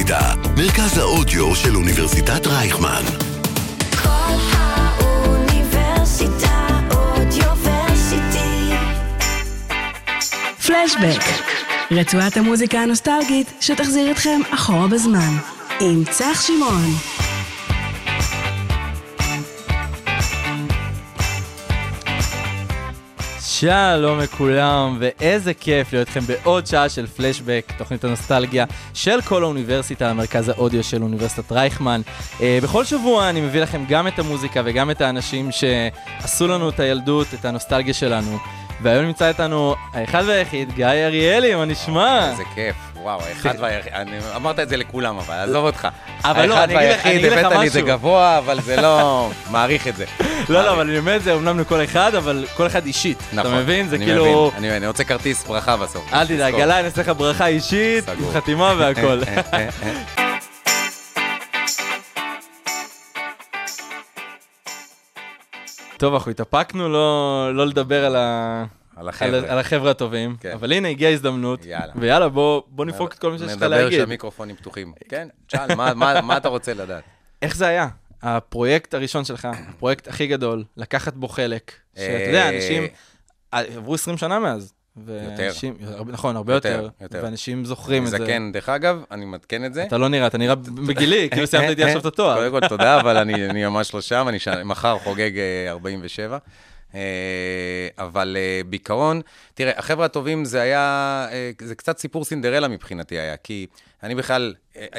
האוניברסיטה, מרכז האודיו של אוניברסיטת רייכמן. כל האוניברסיטה אודיוורסיטי. פלשבק, רצועת המוזיקה הנוסטלגית שתחזיר אתכם אחורה בזמן, עם צח שמעון. שלום לכולם, ואיזה כיף להיות אתכם בעוד שעה של פלשבק, תוכנית הנוסטלגיה של כל האוניברסיטה, המרכז האודיו של אוניברסיטת רייכמן. בכל שבוע אני מביא לכם גם את המוזיקה וגם את האנשים שעשו לנו את הילדות, את הנוסטלגיה שלנו. והיום נמצא איתנו האחד והיחיד, גיא אריאלי, מה נשמע? איזה כיף, וואו, האחד והיחיד, אמרת את זה לכולם, אבל עזוב אותך. אבל לא, אני אגיד לך הבאת לי את זה משהו. גבוה, אבל זה לא מעריך את זה. לא, אבל אני אומר את זה אומנם לכל אחד, אבל כל אחד אישית. אתה מבין? זה כאילו... אני רוצה כרטיס ברכה בסוף. אל תדאג, גלי, אני אעשה לך ברכה אישית, עם חתימה והכל. טוב, אנחנו התאפקנו לא לדבר על החבר'ה הטובים, אבל הנה הגיעה הזדמנות, ויאללה, בוא נפרוק את כל מה שיש לך להגיד. נדבר שהמיקרופונים פתוחים. כן, שאל, מה אתה רוצה לדעת? איך זה היה? הפרויקט הראשון שלך, הפרויקט הכי גדול, לקחת בו חלק, שאתה יודע, אנשים עברו 20 שנה מאז. יותר. נכון, הרבה יותר, ואנשים זוכרים את זה. זקן, דרך אגב, אני מתקן את זה. אתה לא נראה, אתה נראה בגילי, כאילו סיימת איתי עכשיו את התואר. קודם כל תודה, אבל אני ממש לא שם, אני מחר חוגג 47. אבל בעיקרון, תראה, החבר'ה הטובים זה היה, זה קצת סיפור סינדרלה מבחינתי היה, כי אני בכלל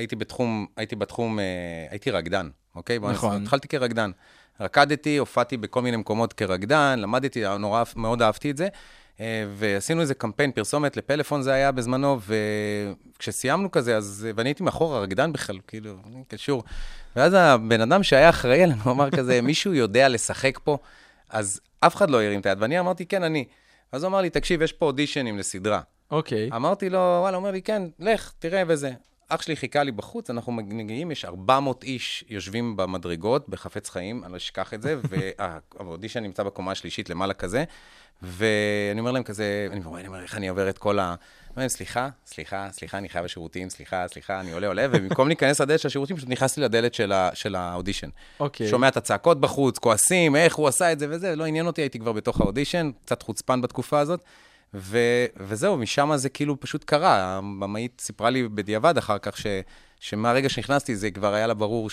הייתי רקדן, אוקיי? נכון. התחלתי כרקדן. רקדתי, הופעתי בכל מיני מקומות כרקדן, למדתי, מאוד אהבתי את זה. ועשינו איזה קמפיין פרסומת לפלאפון זה היה בזמנו, וכשסיימנו כזה, ואני הייתי מאחור הרקדן בכלל, כאילו, אני קשור. ואז הבן אדם שהיה אחראי עלינו אמר כזה, מישהו יודע לשחק פה, אז אף אחד לא הרים את היד, ואני אמרתי, כן, אני. אז הוא אמר לי, תקשיב, יש פה אודישנים לסדרה. אוקיי. אמרתי לו, וואלה, הוא אומר לי, כן, לך, תראה וזה. אח שלי חיכה לי בחוץ, אנחנו מגיעים, יש 400 איש יושבים במדרגות, בחפץ חיים, אני לא אשכח את זה, והאודישן נמצא בקומה השלישית למעלה כזה, ואני אומר להם כזה, אני אומר, איך אני עובר את כל ה... אני אומר, סליחה, אני חייב לשירותים, סליחה, אני עולה, ובמקום להיכנס לדלת של השירותים, פשוט נכנסתי לדלת של האודישן. אוקיי. שומע את הצעקות בחוץ, כועסים, איך הוא עשה את זה וזה, לא עניין אותי, הייתי כבר בתוך האודישן, קצת חוצפן בתקופה הזאת, וזהו, משם זה כאילו פשוט קרה. המאמאית סיפרה לי בדיעבד אחר כך, שמהרגע שנכנסתי, זה כבר היה לה ברור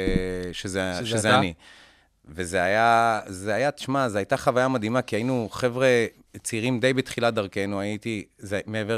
שזה אני. וזה היה, תשמע, זו הייתה חוויה מדהימה, כי היינו חבר'ה צעירים די בתחילת דרכנו, הייתי, זה מעבר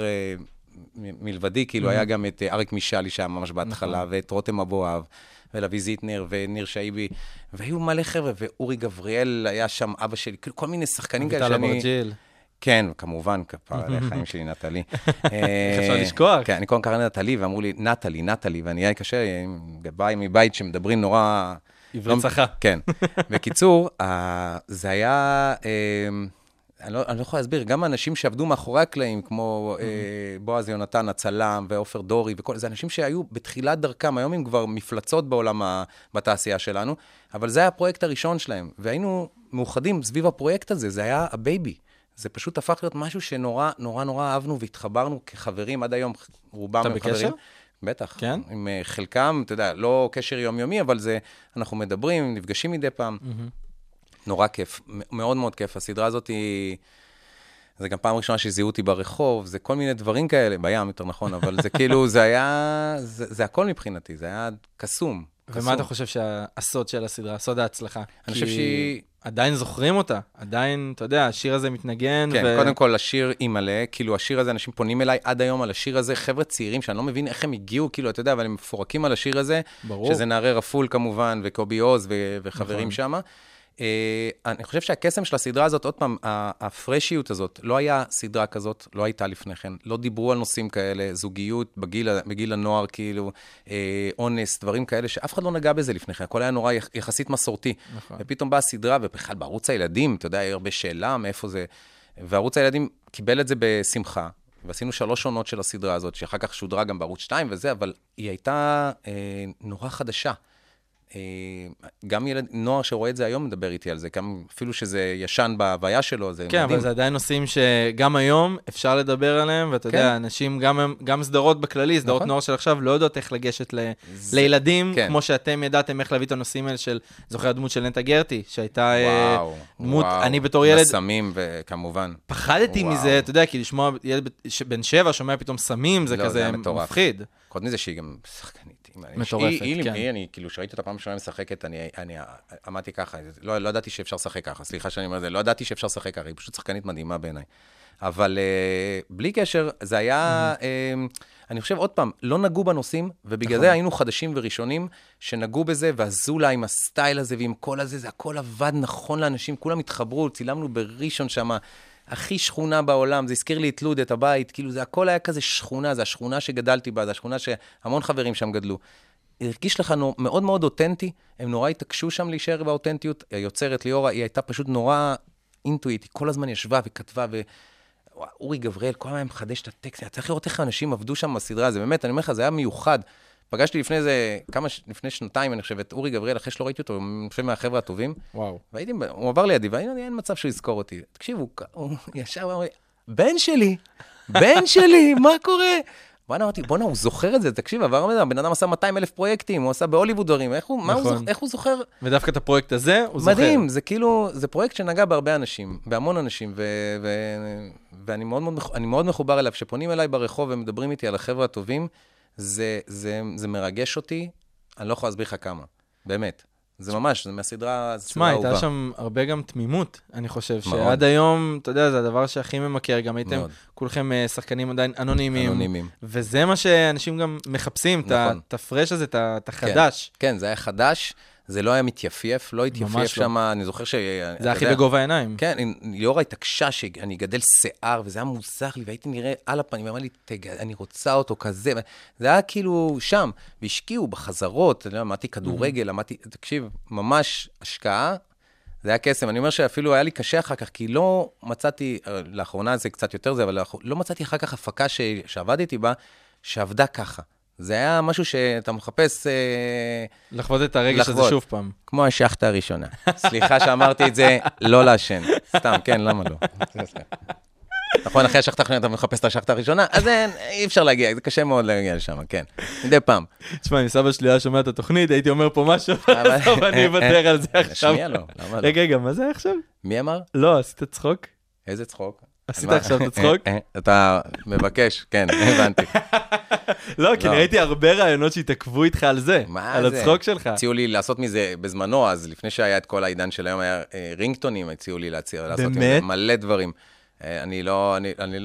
מלבדי, כאילו היה גם את אריק מישלי שם ממש בהתחלה, ואת רותם אבואב, ולוי זיטנר, וניר שייבי, והיו מלא חבר'ה, ואורי גבריאל היה שם אבא שלי, כאילו כל מיני שחקנים כאלה שאני... אביטל אברג'יל. כן, כמובן, כפר על החיים שלי, נטלי. איך אפשר לשכוח? כן, אני קודם קראתי נטלי, ואמרו לי, נטלי, ואני היה קשה, באי מבית שמדברים נורא... עברית צחה. כן. בקיצור, זה היה, אני לא יכול להסביר, גם האנשים שעבדו מאחורי הקלעים, כמו בועז יונתן, הצלם, ואופר דורי, וכל, זה אנשים שהיו בתחילת דרכם, היום הם כבר מפלצות בעולם בתעשייה שלנו, אבל זה היה הפרויקט הראשון שלהם, והיינו מאוחדים סביב הפרויקט הזה, זה היה הבייבי. זה פשוט הפך להיות משהו שנורא, נורא אהבנו והתחברנו כחברים, עד היום רובם הם חברים. אתה בקשר? בטח. כן? עם חלקם, אתה יודע, לא קשר יומיומי, אבל זה, אנחנו מדברים, נפגשים מדי פעם. נורא כיף, מאוד מאוד כיף. הסדרה הזאת היא, זה גם פעם ראשונה שזיהו אותי ברחוב, זה כל מיני דברים כאלה, בים יותר נכון, אבל זה כאילו, זה היה, זה הכל מבחינתי, זה היה קסום. ומה אתה חושב שהסוד של הסדרה, סוד ההצלחה? אני חושב שהיא... עדיין זוכרים אותה, עדיין, אתה יודע, השיר הזה מתנגן. כן, קודם כל, השיר אימאלה, כאילו השיר הזה, אנשים פונים אליי עד היום על השיר הזה, חבר'ה צעירים, שאני לא מבין איך הם הגיעו, כאילו, אתה יודע, אבל הם מפורקים על השיר הזה, ברור. שזה נערי רפול כמובן, וקובי עוז וחברים שם. אני חושב שהקסם של הסדרה הזאת, עוד פעם, הפרשיות הזאת, לא היה סדרה כזאת, לא הייתה לפני כן, לא דיברו על נושאים כאלה, זוגיות בגיל הנוער, כאילו, אונס, דברים כאלה, שאף אחד לא נגע בזה לפני כן, הכל היה נורא יחסית מסורתי. ופתאום באה הסדרה, ובכלל בערוץ הילדים, אתה יודע, היה הרבה שאלה מאיפה זה, וערוץ הילדים קיבל את זה בשמחה, ועשינו 3 עונות של הסדרה הזאת, שאחר כך שודרה גם בערוץ 2 וזה, אבל היא הייתה נורא חדשה. גם נוער שרואה את זה היום מדבר איתי על זה, אפילו שזה ישן בהוויה שלו, זה כן, מדהים. אבל זה עדיין נושאים שגם היום אפשר לדבר עליהם, ואתה יודע, אנשים, גם סדרות בכללי, סדרות נוער של עכשיו, לא יודעות איך לגשת לילדים, כמו שאתם ידעתם איך להביא את הנושאים האלה של, זוכר הדמות של נטע גרטי, שהייתה דמות, אני בתור ילד... סמים וכמובן. פחדתי מזה, אתה יודע, כי לשמוע ילד בן 7 שומע פתאום סמים, זה כזה מפחיד. חוץ מזה שהיא גם שחקנית. מטורפת, כן. אני, כאילו, שראיתי אותה פעם ראשונה משחקת, אני עמדתי ככה, לא ידעתי שאפשר לשחק ככה, סליחה שאני אומר את זה, לא ידעתי שאפשר לשחק ככה, היא פשוט שחקנית מדהימה בעיניי. אבל בלי קשר, זה היה, אני חושב עוד פעם, לא נגעו בנושאים, ובגלל זה היינו חדשים וראשונים שנגעו בזה, ועזו לה עם הסטייל הזה ועם כל הזה, זה הכל עבד נכון לאנשים, כולם התחברו, צילמנו בראשון שמה, הכי שכונה בעולם, זה הזכיר לי את לוד, את הבית, כאילו זה הכל היה כזה שכונה, זה השכונה שגדלתי בה, זה השכונה שהמון חברים שם גדלו. הרגיש לך מאוד מאוד אותנטי, הם נורא התעקשו שם להישאר באותנטיות, היוצרת ליאורה, היא הייתה פשוט נורא אינטואיט, היא כל הזמן ישבה וכתבה, ואורי גבריאל, כל הזמן מחדש את הטקסט, אתה צריך לראות איך האנשים עבדו שם בסדרה, זה באמת, אני אומר לך, זה היה מיוחד. פגשתי לפני זה, לפני שנתיים, אני חושב, את אורי גבריאל, אחרי שלא ראיתי אותו, אני חושב מהחבר'ה הטובים. וואו. הוא עבר לידי, ואין מצב שהוא יזכור אותי. תקשיב, הוא ישר ואמר לי, בן שלי, מה קורה? ואני אמרתי, בונה, הוא זוכר את זה, תקשיב, הבן אדם עשה 200,000 פרויקטים, הוא עשה בהוליווד דברים, איך הוא זוכר? ודווקא את הפרויקט הזה, הוא זוכר. מדהים, זה כאילו, זה פרויקט שנגע בהרבה אנשים, בהמון אנשים, ואני מאוד מחובר אליו, שפונים אליי ברחוב ומדברים איתי על החבר'ה הטובים, זה מרגש אותי, אני לא יכול להסביר לך כמה, באמת. זה ממש, זה מהסדרה אהובה. תשמע, הייתה שם הרבה גם תמימות, אני חושב, שעד היום, אתה יודע, זה הדבר שהכי ממכר, גם הייתם כולכם שחקנים עדיין אנונימיים, וזה מה שאנשים גם מחפשים, את הפרש הזה, את החדש. כן, זה היה חדש, זה לא היה מתייפייף, לא התייפייף שם, אני זוכר ש... זה הכי בגובה העיניים. כן, ליאורה התעקשה שאני אגדל שיער, וזה היה מוזר לי, והייתי נראה על הפנים, ואמר לי, אני רוצה אותו כזה, זה היה כאילו שם, והשקיעו בחזרות, למדתי כדורגל, למדתי, תקשיב, ממש השקעה, זה היה קסם, אני אומר שאפילו היה לי קשה אחר כך, כי לא מצאתי, לאחרונה זה קצת יותר זה, אבל לא מצאתי אחר כך הפקה שעבדתי בה, שעבדה ככה. זה היה משהו שאתה מחפש... לחוות את הרגש הזה שוב פעם. כמו השחטה הראשונה. סליחה שאמרתי את זה, לא לעשן. סתם, כן, למה לא? נכון, אחרי השחטה הראשונה אתה מחפש את השחטה הראשונה, אז אי אפשר להגיע, זה קשה מאוד להגיע לשם, כן. מדי פעם. תשמע, אם סבא שלי היה שומע את התוכנית, הייתי אומר פה משהו, טוב, אני אוותר על זה עכשיו. שנייה לא, למה לא? רגע, מה זה היה עכשיו? מי אמר? לא, עשית צחוק? איזה צחוק? עשית עכשיו את הצחוק? אתה מבקש, כן, הבנתי. לא, כי ראיתי הרבה רעיונות שהתעכבו איתך על זה, על הצחוק שלך. הציעו לי לעשות מזה בזמנו, אז לפני שהיה את כל העידן של היום, היה רינגטונים, הציעו לי לעשות מלא דברים. אני לא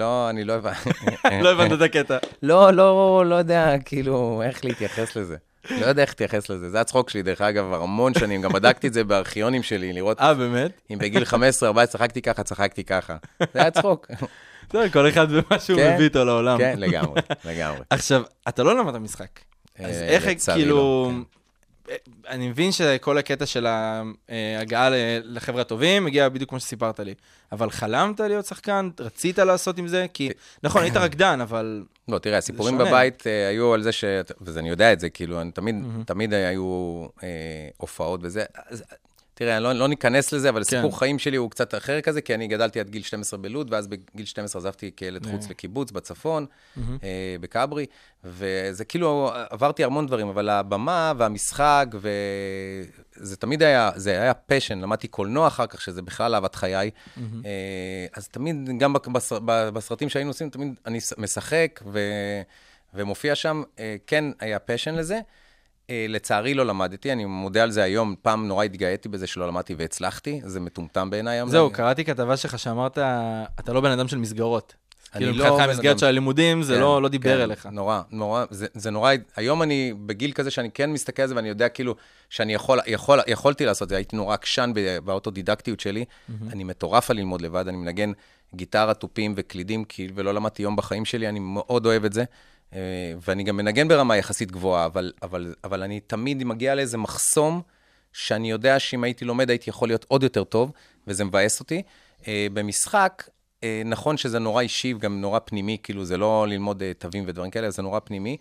לא הבנת את הקטע. לא יודע, כאילו, איך להתייחס לזה. לא יודע איך להתייחס לזה. זה הצחוק שלי, דרך אגב, המון שנים. גם בדקתי את זה בארכיונים שלי, לראות... באמת? אם בגיל 15-14 צחקתי ככה. זה היה צחוק. כל אחד במה שהוא מביא איתו לעולם. כן, לגמרי. עכשיו, אתה לא למדת משחק. אז איך כאילו... אני מבין שכל הקטע של ההגעה לחבר'ה הטובים מגיע בדיוק כמו שסיפרת לי. אבל חלמת להיות שחקן? רצית לעשות עם זה? כי, נכון, היית רקדן, אבל... לא, תראה, הסיפורים בבית היו על זה וזה אני יודע את זה, כאילו, תמיד היו הופעות וזה. תראה, לא ניכנס לזה, אבל סיפור חיים שלי הוא קצת אחר כזה, כי אני גדלתי עד גיל 12 בלוד, ואז בגיל 12 עזבתי כילד חוץ לקיבוץ בצפון, בקברי, וזה כאילו, עברתי המון דברים, אבל הבמה והמשחק, וזה תמיד היה, זה היה פשן, למדתי קולנוע אחר כך, שזה בכלל אהבת חיי, אז תמיד, גם בסרטים שהיינו עושים, תמיד אני משחק ומופיע שם, כן היה פשן לזה, לצערי לא למדתי, אני מודה על זה היום, פעם נורא התגאיתי בזה שלא למדתי והצלחתי, זה מטומטם בעיניי. זהו, קראתי כתבה שלך שאמרת, אתה לא בן אדם של מסגרות. כאילו מבחינתך המסגרת של הלימודים, זה לא דיבר אליך. נורא, זה נורא, היום אני בגיל כזה שאני כן מסתכל על זה, ואני יודע כאילו שאני יכולתי לעשות זה, הייתי נורא עקשן באוטודידקטיות שלי, אני מטורף על ללמוד לבד, אני מנגן גיטרה, טופים וקלידים, ולא למדתי יום בחיים שלי, אני מאוד אוהב את זה. ואני גם מנגן ברמה יחסית גבוהה, אבל אני תמיד מגיע לאיזה מחסום, שאני יודע שאם הייתי לומד, הייתי יכול להיות עוד יותר טוב, וזה מבאס אותי. במשחק, נכון שזה נורא אישי, וגם נורא פנימי, כאילו זה לא ללמוד תווים ודברים כאלה, זה נורא פנימי.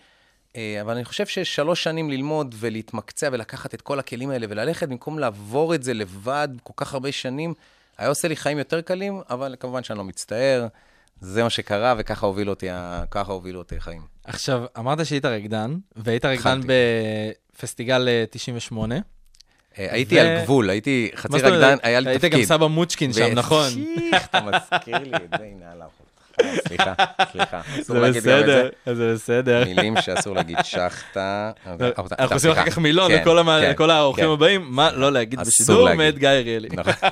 אבל אני חושב ש3 שנים ללמוד ולהתמקצע ולקחת את כל הכלים האלה וללכת, במקום לעבור את זה לבד כל כך הרבה שנים, היה עושה לי חיים יותר קלים, אבל כמובן שאני לא מצטער, זה מה שקרה, וככה הובילו אותי חיים. עכשיו, אמרת שהיית רקדן, והיית רקדן בפסטיגל 98. הייתי על גבול, הייתי חצי רקדן, היה לי תפקיד. היית גם סבא מוצ'קין שם, נכון? אתה מזכיר לי את זה, הנה עליו. סליחה, אסור להגיד גם את זה. זה בסדר. מילים שאסור להגיד שחטה. אנחנו עושים אחר כך מילון לכל האורחים הבאים, מה לא להגיד בשידור מאת גיא אריאלי.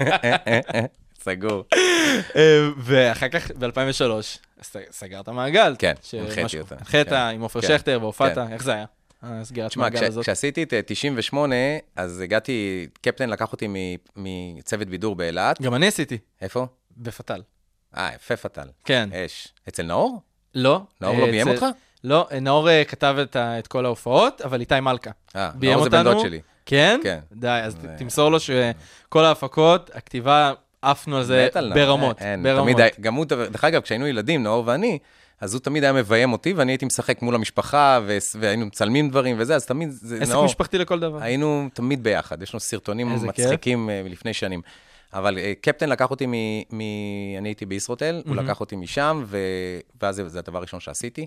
סגור. ואחר כך ב-2003 סגרת מעגל. כן, הנחיתי אותה. הנחית עם עופר שכטר והופעת, איך זה היה? סגירת מעגל הזאת. כשעשיתי את 98, אז הגעתי, קפטן לקח אותי מצוות בידור באילת. גם אני עשיתי. איפה? בפתל. יפה פתל. כן. אצל נאור? לא. נאור לא ביים אותך? לא, נאור כתב את כל ההופעות, אבל איתי מלכה. נאור זה בן דוד שלי. כן? כן. די, אז תמסור לו שכל ההפקות, הכתיבה, עפנו על זה ברמות. גם הוא, דרך אגב, כשהיינו ילדים, נאור ואני, אז הוא תמיד היה מביים אותי, ואני הייתי משחק מול המשפחה, והיינו מצלמים דברים וזה, אז תמיד, עסק משפחתי לכל דבר. היינו תמיד ביחד, יש לנו סרטונים מצחיקים לפני שנים. אבל קפטן לקח אותי אני הייתי בישרוטל, הוא לקח אותי משם, ואז זה הדבר הראשון שעשיתי.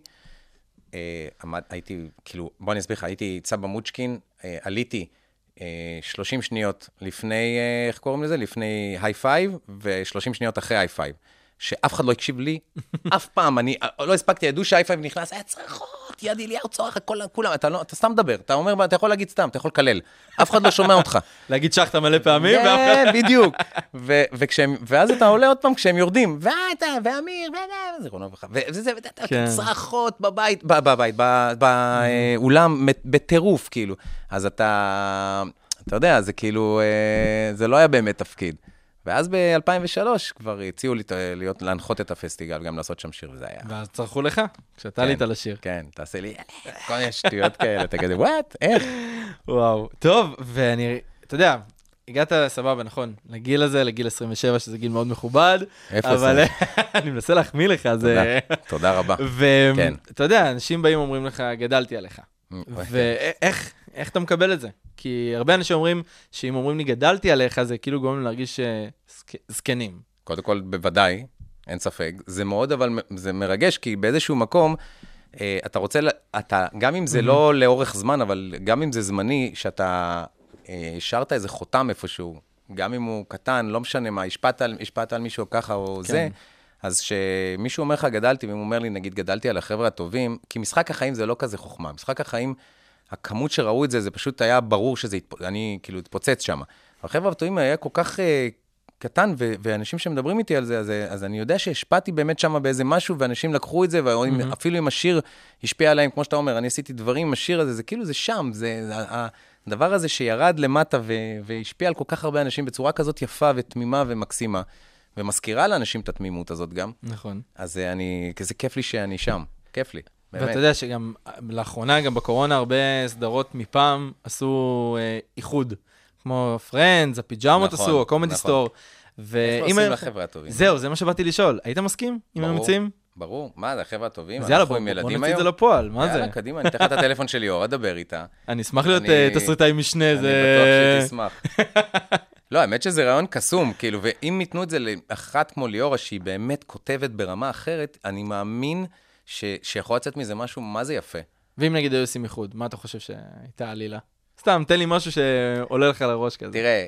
הייתי, כאילו, בוא אני אסביר לך, הייתי סבא מוצ'קין, עליתי 30 שניות לפני, איך קוראים לזה? לפני היי פייב, ו30 שניות אחרי היי פייב. שאף אחד לא הקשיב לי, אף פעם, אני לא הספקתי, ידעו שהיי פייב נכנס, היה צרחות, יד אליהו צורך, כולם, אתה סתם מדבר, אתה אומר, אתה יכול להגיד סתם, אתה יכול לקלל, אף אחד לא שומע אותך. להגיד שחטה מלא פעמים, כן, בדיוק. ואז אתה עולה עוד פעם כשהם יורדים, ואתה, ואמיר, וזה, צרחות בבית, באולם, בטירוף, כאילו. אז אתה יודע, זה כאילו, זה לא היה באמת תפקיד. ואז ב-2003 כבר הציעו לי להנחות את הפסטיגל, גם לעשות שם שיר, וזה היה. ואז צרכו לך, כשאתה עלית לשיר. כן, תעשה לי, כל מיני שטויות כאלה, אתה כזה, וואט, איך? וואו, טוב, ואני, אתה יודע, הגעת סבבה, נכון, לגיל הזה, לגיל 27, שזה גיל מאוד מכובד, אבל אני מנסה להחמיא לך, זה... תודה רבה. ואתה יודע, אנשים באים ואומרים לך, גדלתי עליך. ואיך אתה מקבל את זה? כי הרבה אנשים אומרים, שאם אומרים לי גדלתי עליך, זה כאילו גורם להרגיש זקנים. קודם כל, בוודאי, אין ספק. זה מאוד, אבל זה מרגש, כי באיזשהו מקום, אתה רוצה, גם אם זה לא לאורך זמן, אבל גם אם זה זמני, שאתה השארת איזה חותם איפשהו, גם אם הוא קטן, לא משנה מה, השפעת על מישהו ככה או זה, אז שמישהו אומר לך גדלתי, ואם הוא אומר לי, נגיד, גדלתי על החבר'ה הטובים, כי משחק החיים זה לא כזה חוכמה. משחק החיים, הכמות שראו את זה, זה פשוט היה ברור שזה, אני כאילו התפוצץ שם. החבר'ה הטובים היה כל כך קטן, ואנשים שמדברים איתי על זה, אז אני יודע שהשפעתי באמת שם באיזה משהו, ואנשים לקחו את זה, ואפילו אם השיר השפיע עליהם, כמו שאתה אומר, אני עשיתי דברים עם השיר הזה, זה כאילו זה שם, זה הדבר הזה שירד למטה, והשפיע על כל כך הרבה אנשים בצורה כזאת יפה ותמימה ומקסימה, ומזכירה לאנשים את התמימות הזאת גם. נכון. אז זה כיף לי שאני שם, כיף לי. ואתה יודע שגם לאחרונה, גם בקורונה, הרבה סדרות מפעם עשו איחוד, כמו פרנדס, הפיג'מות עשו, הקומדי סטור. איך לא עושים לחבר'ה הטובים? זהו, זה מה שבאתי לשאול. היית מסכים עם המציעים? ברור. מה, זה החבר'ה הטובים? אז יאללה, בוא נוציא את זה לפועל, מה זה? יאללה, קדימה, אני אתן לך את הטלפון של ליאור, אדבר איתה. אני אשמח להיות תסריטאי משנה, זה... אני בטוח שתשמח. לא, האמת שזה רעיון קסום, כאילו, ואם ייתנו את זה לאחת כמו ליאורה, שהיא באמת כותבת ברמה אחרת, אני מאמין שיכול לצאת מזה משהו, מה זה יפה. ואם נגיד היו עושים איחוד, מה אתה חושב שהייתה עלילה? סתם, תן לי משהו שעולה לך לראש כזה. תראה,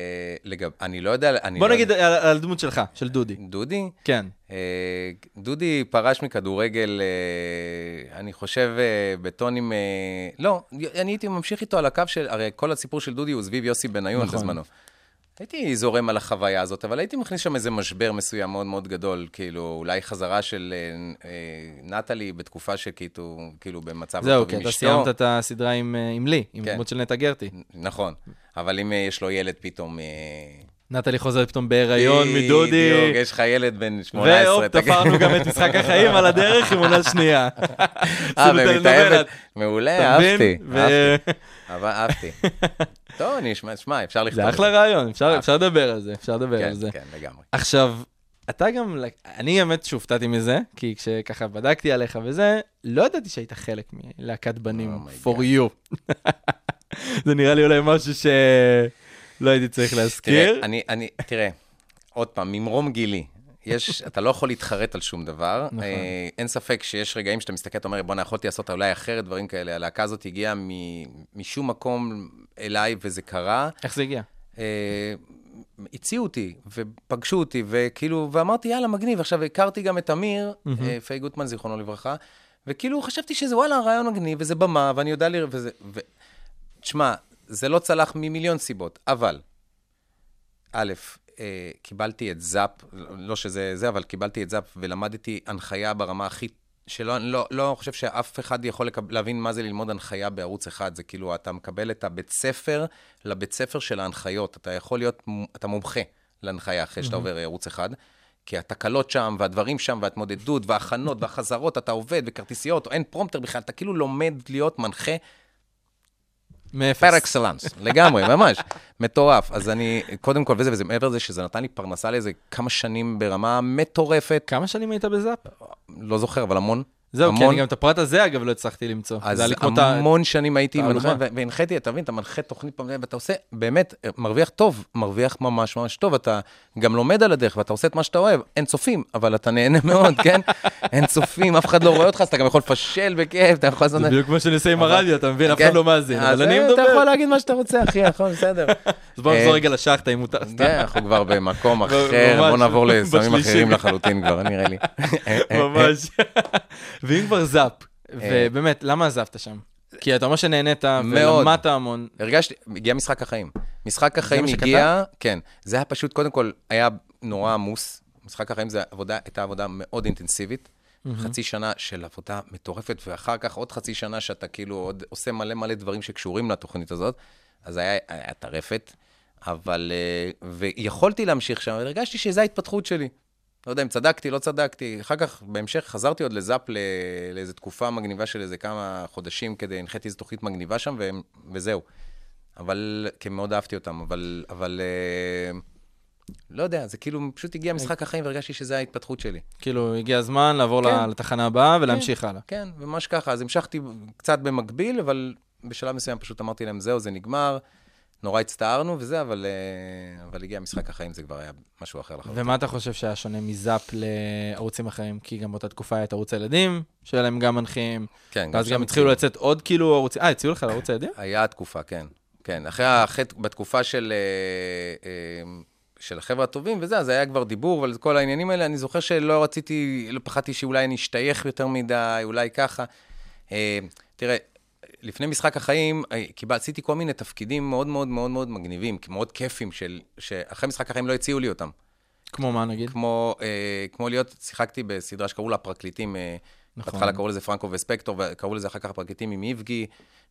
אני לא יודע... בוא נגיד על הדמות שלך, של דודי. דודי? כן. דודי פרש מכדורגל, אני חושב, בטונים... לא, אני הייתי ממשיך איתו על הקו של... הרי כל הסיפור של דודי הוא סביב יוסי בניון בזמנו. הייתי זורם על החוויה הזאת, אבל הייתי מכניס שם איזה משבר מסוים מאוד מאוד גדול, כאילו, אולי חזרה של נטלי בתקופה שכאילו במצב לא טוב עם אשתו. זהו, כי אתה סיימת את הסדרה עם לי, עם דמות של נטע גרטי. נכון, אבל אם יש לו ילד פתאום... נטלי חוזרת פתאום בהיריון מדודי. בדיוק, יש לך ילד בן 18. ואופ, תפרנו גם את משחק החיים על הדרך עם עונה שנייה. ומתאהבת. מעולה, אהבתי. טוב, אני אשמע, אפשר לכתוב. זה אחלה רעיון, אפשר לדבר על זה, כן, לגמרי. עכשיו, אתה גם, אני האמת שהופתעתי מזה, כי כשככה בדקתי עליך וזה, לא ידעתי שהיית חלק מלהקת בנים, for you. זה נראה לי אולי משהו שלא הייתי צריך להזכיר. תראה, עוד פעם, ממרום גילי, אתה לא יכול להתחרט על שום דבר. אין ספק שיש רגעים שאתה מסתכל, אתה אומר, בוא, יכולתי לעשות אולי אחרת, דברים כאלה. הלהקה הזאת הגיעה משום מקום אליי, וזה קרה. איך זה הגיע? הציעו אותי, ופגשו אותי, וכאילו, ואמרתי, יאללה, מגניב. עכשיו, הכרתי גם את אמיר, פי גוטמן, זיכרונו לברכה, וכאילו, חשבתי שזה, וואלה, רעיון מגניב, וזה במה, ואני יודע תשמע, זה לא צלח ממיליון סיבות, אבל, א', קיבלתי את זאפ, לא שזה זה, אבל קיבלתי את זאפ, ולמדתי הנחיה ברמה הכי, לא חושב שאף אחד יכול להבין מה זה ללמוד הנחיה בערוץ אחד, זה כאילו, אתה מקבל את הבית ספר, לבית ספר של ההנחיות, אתה יכול להיות, אתה מומחה להנחיה אחרי שאתה עובר ערוץ אחד, כי התקלות שם, והדברים שם, וההתמודדות, וההכנות, והחזרות, אתה עובד, וכרטיסיות, או אין פרומפטר בכלל, אתה כאילו לומד להיות מנחה, פר אקסלנס, לגמרי, ממש, מטורף. אז אני, קודם כל, וזה מעבר לזה, שזה נתן לי פרנסה לאיזה כמה שנים ברמה מטורפת. כמה שנים היית בזאפ? לא זוכר, אבל המון. זהו, כי אני גם את הפרט הזה, אגב, לא הצלחתי למצוא. אז המון שנים הייתי מנחה, והנחיתי, אתה מבין, אתה מנחה תוכנית פעם, ואתה עושה, באמת, מרוויח טוב, מרוויח ממש ממש טוב, אתה גם לומד על הדרך, ואתה עושה את מה שאתה אוהב, אין צופים, אבל אתה נהנה מאוד, כן? אין צופים, אף אחד לא רואה אותך, אז אתה גם יכול לפשל בכיף, אתה יכול לעשות... זה בדיוק כמו שאני עושה עם הרדיו, אתה מבין, אף אחד לא מאזין, אבל אני מדבר. אתה יכול להגיד מה שאתה רוצה, אחי, נכון, בסדר. אז בוא נחזור רגע לשחטה, אם מותר. כן, אנחנו כבר במקום אחר, בוא נעבור לסמים אחרים לחלוטין כבר, נראה לי. ממש. ואם כבר זאפ, ובאמת, למה עזבת שם? כי אתה אומר שנהנית ולמדת המון. הרגשתי, הגיע משחק החיים. משחק החיים הגיע, כן, זה היה פשוט, קודם כל, היה נורא עמוס. משחק החיים הייתה עבודה מאוד אינטנסיבית. חצי שנה של עבודה מטורפת, ואחר כך עוד חצי שנה שאתה כאילו עוד עושה מלא מלא דברים שקשורים לתוכנית הזאת. אז היה טרפת, אבל, ויכולתי להמשיך שם, והרגשתי שזו ההתפתחות שלי. לא יודע אם צדקתי, לא צדקתי. אחר כך, בהמשך, חזרתי עוד לזאפ לאיזו תקופה מגניבה של איזה כמה חודשים, כדי הנחיתי איזו תוכנית מגניבה שם, וזהו. אבל, כי מאוד אהבתי אותם, אבל לא יודע, זה כאילו, פשוט הגיע משחק החיים, והרגשתי שזו ההתפתחות שלי. כאילו, הגיע הזמן לעבור לתחנה הבאה ולהמשיך הלאה. כן, ממש ככה. אז המשכתי קצת במקביל, אבל בשלב מסוים פשוט אמרתי להם, זהו, זה נגמר. נורא הצטערנו וזה, אבל הגיע משחק החיים, זה כבר היה משהו אחר לחלוטין. ומה אתה חושב שהיה שונה מזאפ לערוצים אחרים? כי גם באותה תקופה היה את ערוץ הילדים, שהיה להם גם מנחים, ואז גם התחילו לצאת עוד כאילו ערוצים, הציעו לך לערוץ הילדים? היה תקופה, כן. כן, בתקופה של החבר'ה הטובים וזה, אז היה כבר דיבור, אבל כל העניינים האלה, אני זוכר שלא רציתי, לא פחדתי שאולי אני אשתייך יותר מדי, אולי ככה. תראה, לפני משחק החיים, עשיתי כל מיני תפקידים מאוד מאוד מאוד מאוד מגניבים, מאוד כיפים, שאחרי משחק החיים לא הציעו לי אותם. כמו מה נגיד? כמו להיות, שיחקתי בסדרה שקראו לה פרקליטים, בהתחלה קראו לזה פרנקו וספקטור, וקראו לזה אחר כך פרקליטים עם איבגי,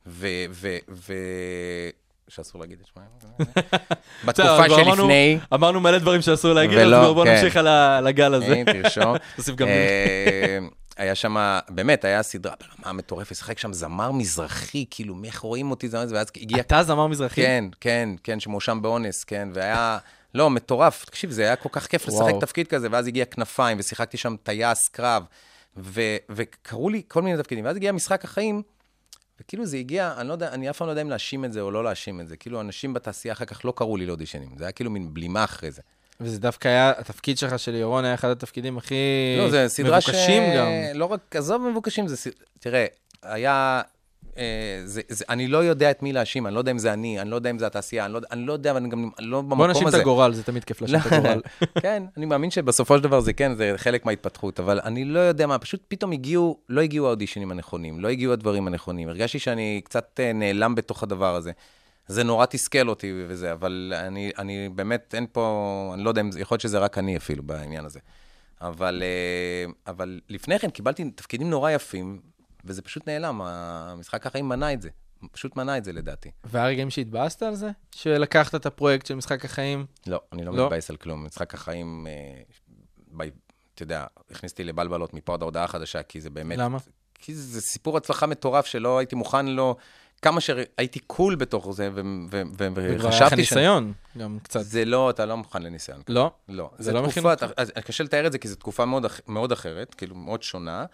שאסור להגיד את שמיים. בתקופה שלפני... אמרנו מלא דברים שאסור להגיד, אז בואו נמשיך על הגל הזה. תרשום. תוסיף גם היה שם, באמת, היה סדרה ברמה מטורפת, שחק שם זמר מזרחי, כאילו, איך רואים אותי זמר, ואז הגיע... אתה זמר מזרחי? כן, כן, כן, שמואשם באונס, כן, והיה, לא, מטורף, תקשיב, זה היה כל כך כיף לשחק תפקיד כזה, ואז הגיע כנפיים, ושיחקתי שם טייס, קרב, וקראו לי כל מיני תפקידים, ואז הגיע משחק החיים, וכאילו זה הגיע, אני לא יודע, אני אף פעם לא יודע אם להאשים את זה או לא להאשים את זה, כאילו, אנשים בתעשייה אחר כך לא קראו לי לאודישנים, זה היה כאילו מין בלימה אחרי זה. וזה דווקא היה, התפקיד שלך של ירון היה אחד התפקידים הכי מבוקשים גם. לא רק, עזוב מבוקשים, תראה, היה, אני לא יודע את מי להאשים, אני לא יודע אם זה אני לא יודע אם זה התעשייה, אני לא יודע, אבל אני גם לא במקום הזה. בוא נאשים את הגורל, זה תמיד כיף להאשים את הגורל. כן, אני מאמין שבסופו של דבר זה כן, זה חלק מההתפתחות, אבל אני לא יודע מה, פשוט פתאום לא הגיעו האודישנים הנכונים, לא הגיעו הדברים הנכונים, הרגשתי שאני קצת נעלם בתוך הדבר הזה. זה נורא תסכל אותי וזה, אבל אני באמת, אין פה, אני לא יודע אם יכול להיות שזה רק אני אפילו בעניין הזה. אבל לפני כן קיבלתי תפקידים נורא יפים, וזה פשוט נעלם, המשחק החיים מנע את זה, פשוט מנע את זה לדעתי. והרגעים שהתבאסת על זה? שלקחת את הפרויקט של משחק החיים? לא, אני לא מתבאס על כלום. משחק החיים, אתה יודע, הכניסתי לבלבלות מפה עד ההודעה החדשה, כי זה באמת... למה? כי זה סיפור הצלחה מטורף שלא הייתי מוכן לו... כמה שהייתי קול בתוך זה, וחשבתי וחשבתי לך ניסיון, גם קצת. זה לא, אתה לא מוכן לניסיון. לא? לא. זה לא מכין אותך? קשה לתאר את זה, כי זו תקופה מאוד אחרת, כאילו, מאוד שונה.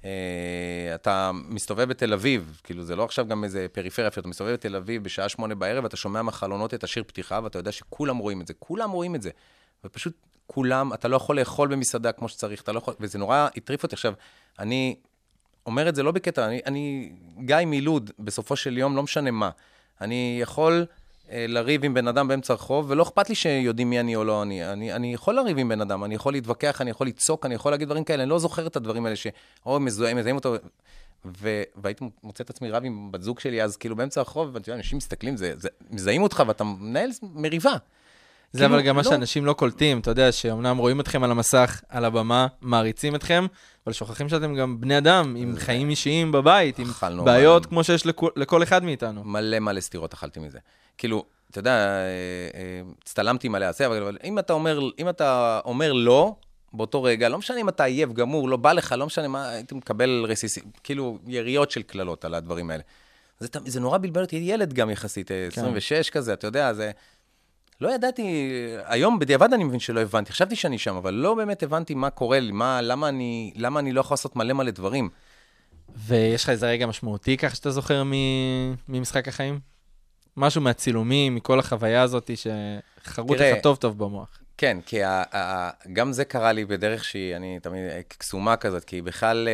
אתה מסתובב בתל אביב, כאילו, זה לא עכשיו גם איזה פריפריה, אתה מסתובב בתל אביב בשעה 8 בערב, ואתה שומע מחלונות את השיר פתיחה, ואתה יודע שכולם רואים את זה, כולם רואים את זה. ופשוט כולם, אתה לא יכול לאכול במסעדה כמו שצריך, אתה לא יכול, וזה נורא הטריף אותי. עכשיו, אני אומר את זה לא בקטע, אני גיא מילוד, בסופו של יום, לא משנה מה. אני יכול לריב עם בן אדם באמצע הרחוב, ולא אכפת לי שיודעים מי אני או לא אני יכול לריב עם בן אדם, אני יכול להתווכח, אני יכול לצוק, אני יכול להגיד דברים כאלה, אני לא זוכר את הדברים האלה מזהים אותו, והייתי מוצא את עצמי רב עם בת זוג שלי, אז כאילו באמצע הרחוב, ואתה יודע, אנשים מסתכלים, מזהים אותך, ואתה מנהל מריבה. זה אבל גם מה שאנשים לא קולטים, אתה יודע, שאומנם רואים אתכם על המסך, על הבמה, מעריצים אתכם, אבל שוכחים שאתם גם בני אדם, עם חיים אישיים בבית, עם בעיות כמו שיש לכל אחד מאיתנו. מלא סתירות אכלתי מזה. כאילו, אתה יודע, הצטלמתי מלא, אבל אם אתה אומר לא, באותו רגע, לא משנה אם אתה עייף גמור, לא בא לך, לא משנה מה, הייתי מקבל רסיסים, כאילו יריות של כללות על הדברים האלה. זה נורא בלבל אותי, ילד גם יחסית, 26 כזה, אתה יודע, זה... לא ידעתי, היום בדיעבד אני מבין שלא הבנתי, חשבתי שאני שם, אבל לא באמת הבנתי מה קורה לי, למה אני לא יכול לעשות מלא דברים. ויש לך איזה רגע משמעותי כך שאתה זוכר ממשחק החיים? משהו מהצילומים, מכל החוויה הזאת שחרוט לך טוב במוח. כן, כי גם זה קרה לי בדרך אני תמיד קסומה כזאת, כי בכלל,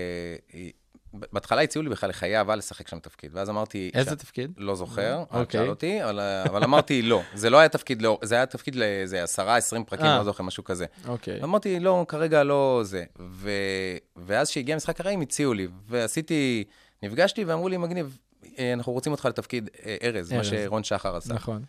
בהתחלה הציעו לי בכלל לחיי אהבה לשחק שם תפקיד, ואז אמרתי... איזה תפקיד? לא זוכר, שאל אותי, אבל אמרתי לא, זה לא היה תפקיד, זה היה תפקיד לאיזה 10-20 פרקים, לא זוכר, משהו כזה. אמרתי לא, כרגע לא זה. ואז שהגיע משחק הרעים, הציעו לי, נפגשתי ואמרו לי, מגניב, אנחנו רוצים אותך לתפקיד ארז, מה שרון שחר עשה. נכון.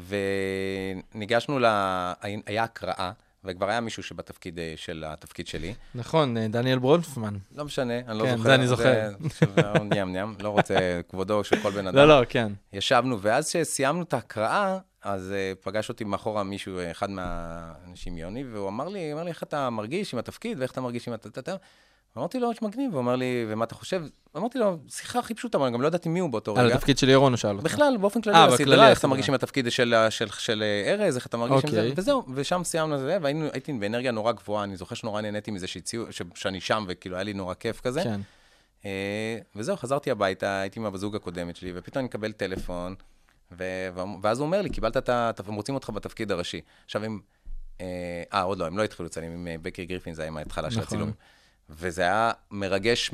וניגשנו היה הקראה, וכבר היה מישהו שבתפקיד של התפקיד שלי. נכון, דניאל ברונפמן. לא משנה, אני לא זוכר. כן, זה אני זוכר. לא רוצה כבודו של כל בן אדם. לא, כן. ישבנו, ואז שסיימנו את ההקראה, אז פגש אותי מאחורה מישהו, אחד מהאנשים יוני, והוא אמר לי, איך אתה מרגיש עם התפקיד, ואיך אתה מרגיש עם התפקיד? אמרתי לו, מגניב, הוא אמר לי, ומה אתה חושב? אמרתי לו, שיחה הכי פשוטה, אבל אני גם לא ידעתי מי הוא באותו רגע. על התפקיד של ירון הוא שאל אותך. בכלל, באופן כללי, הסדרה, איך אתה מרגיש עם התפקיד של ארז, איך אתה מרגיש עם זה, וזהו, ושם סיימנו את זה, והייתי באנרגיה נורא גבוהה, אני זוכר שנורא נהניתי מזה שאני שם, וכאילו היה לי נורא כיף כזה. וזהו, חזרתי הביתה, הייתי עם הבזוג הקודמת שלי, ופתאום אני מקבל טלפון, ואז הוא אומר לי, קיבלת הם רוצים אותך בתפקיד הראשי. עכשיו, עוד לא, הם לא התחילו לצלם עם בקי גריפין, זה היה מההתחלה של הצילומים. וזה היה מרגש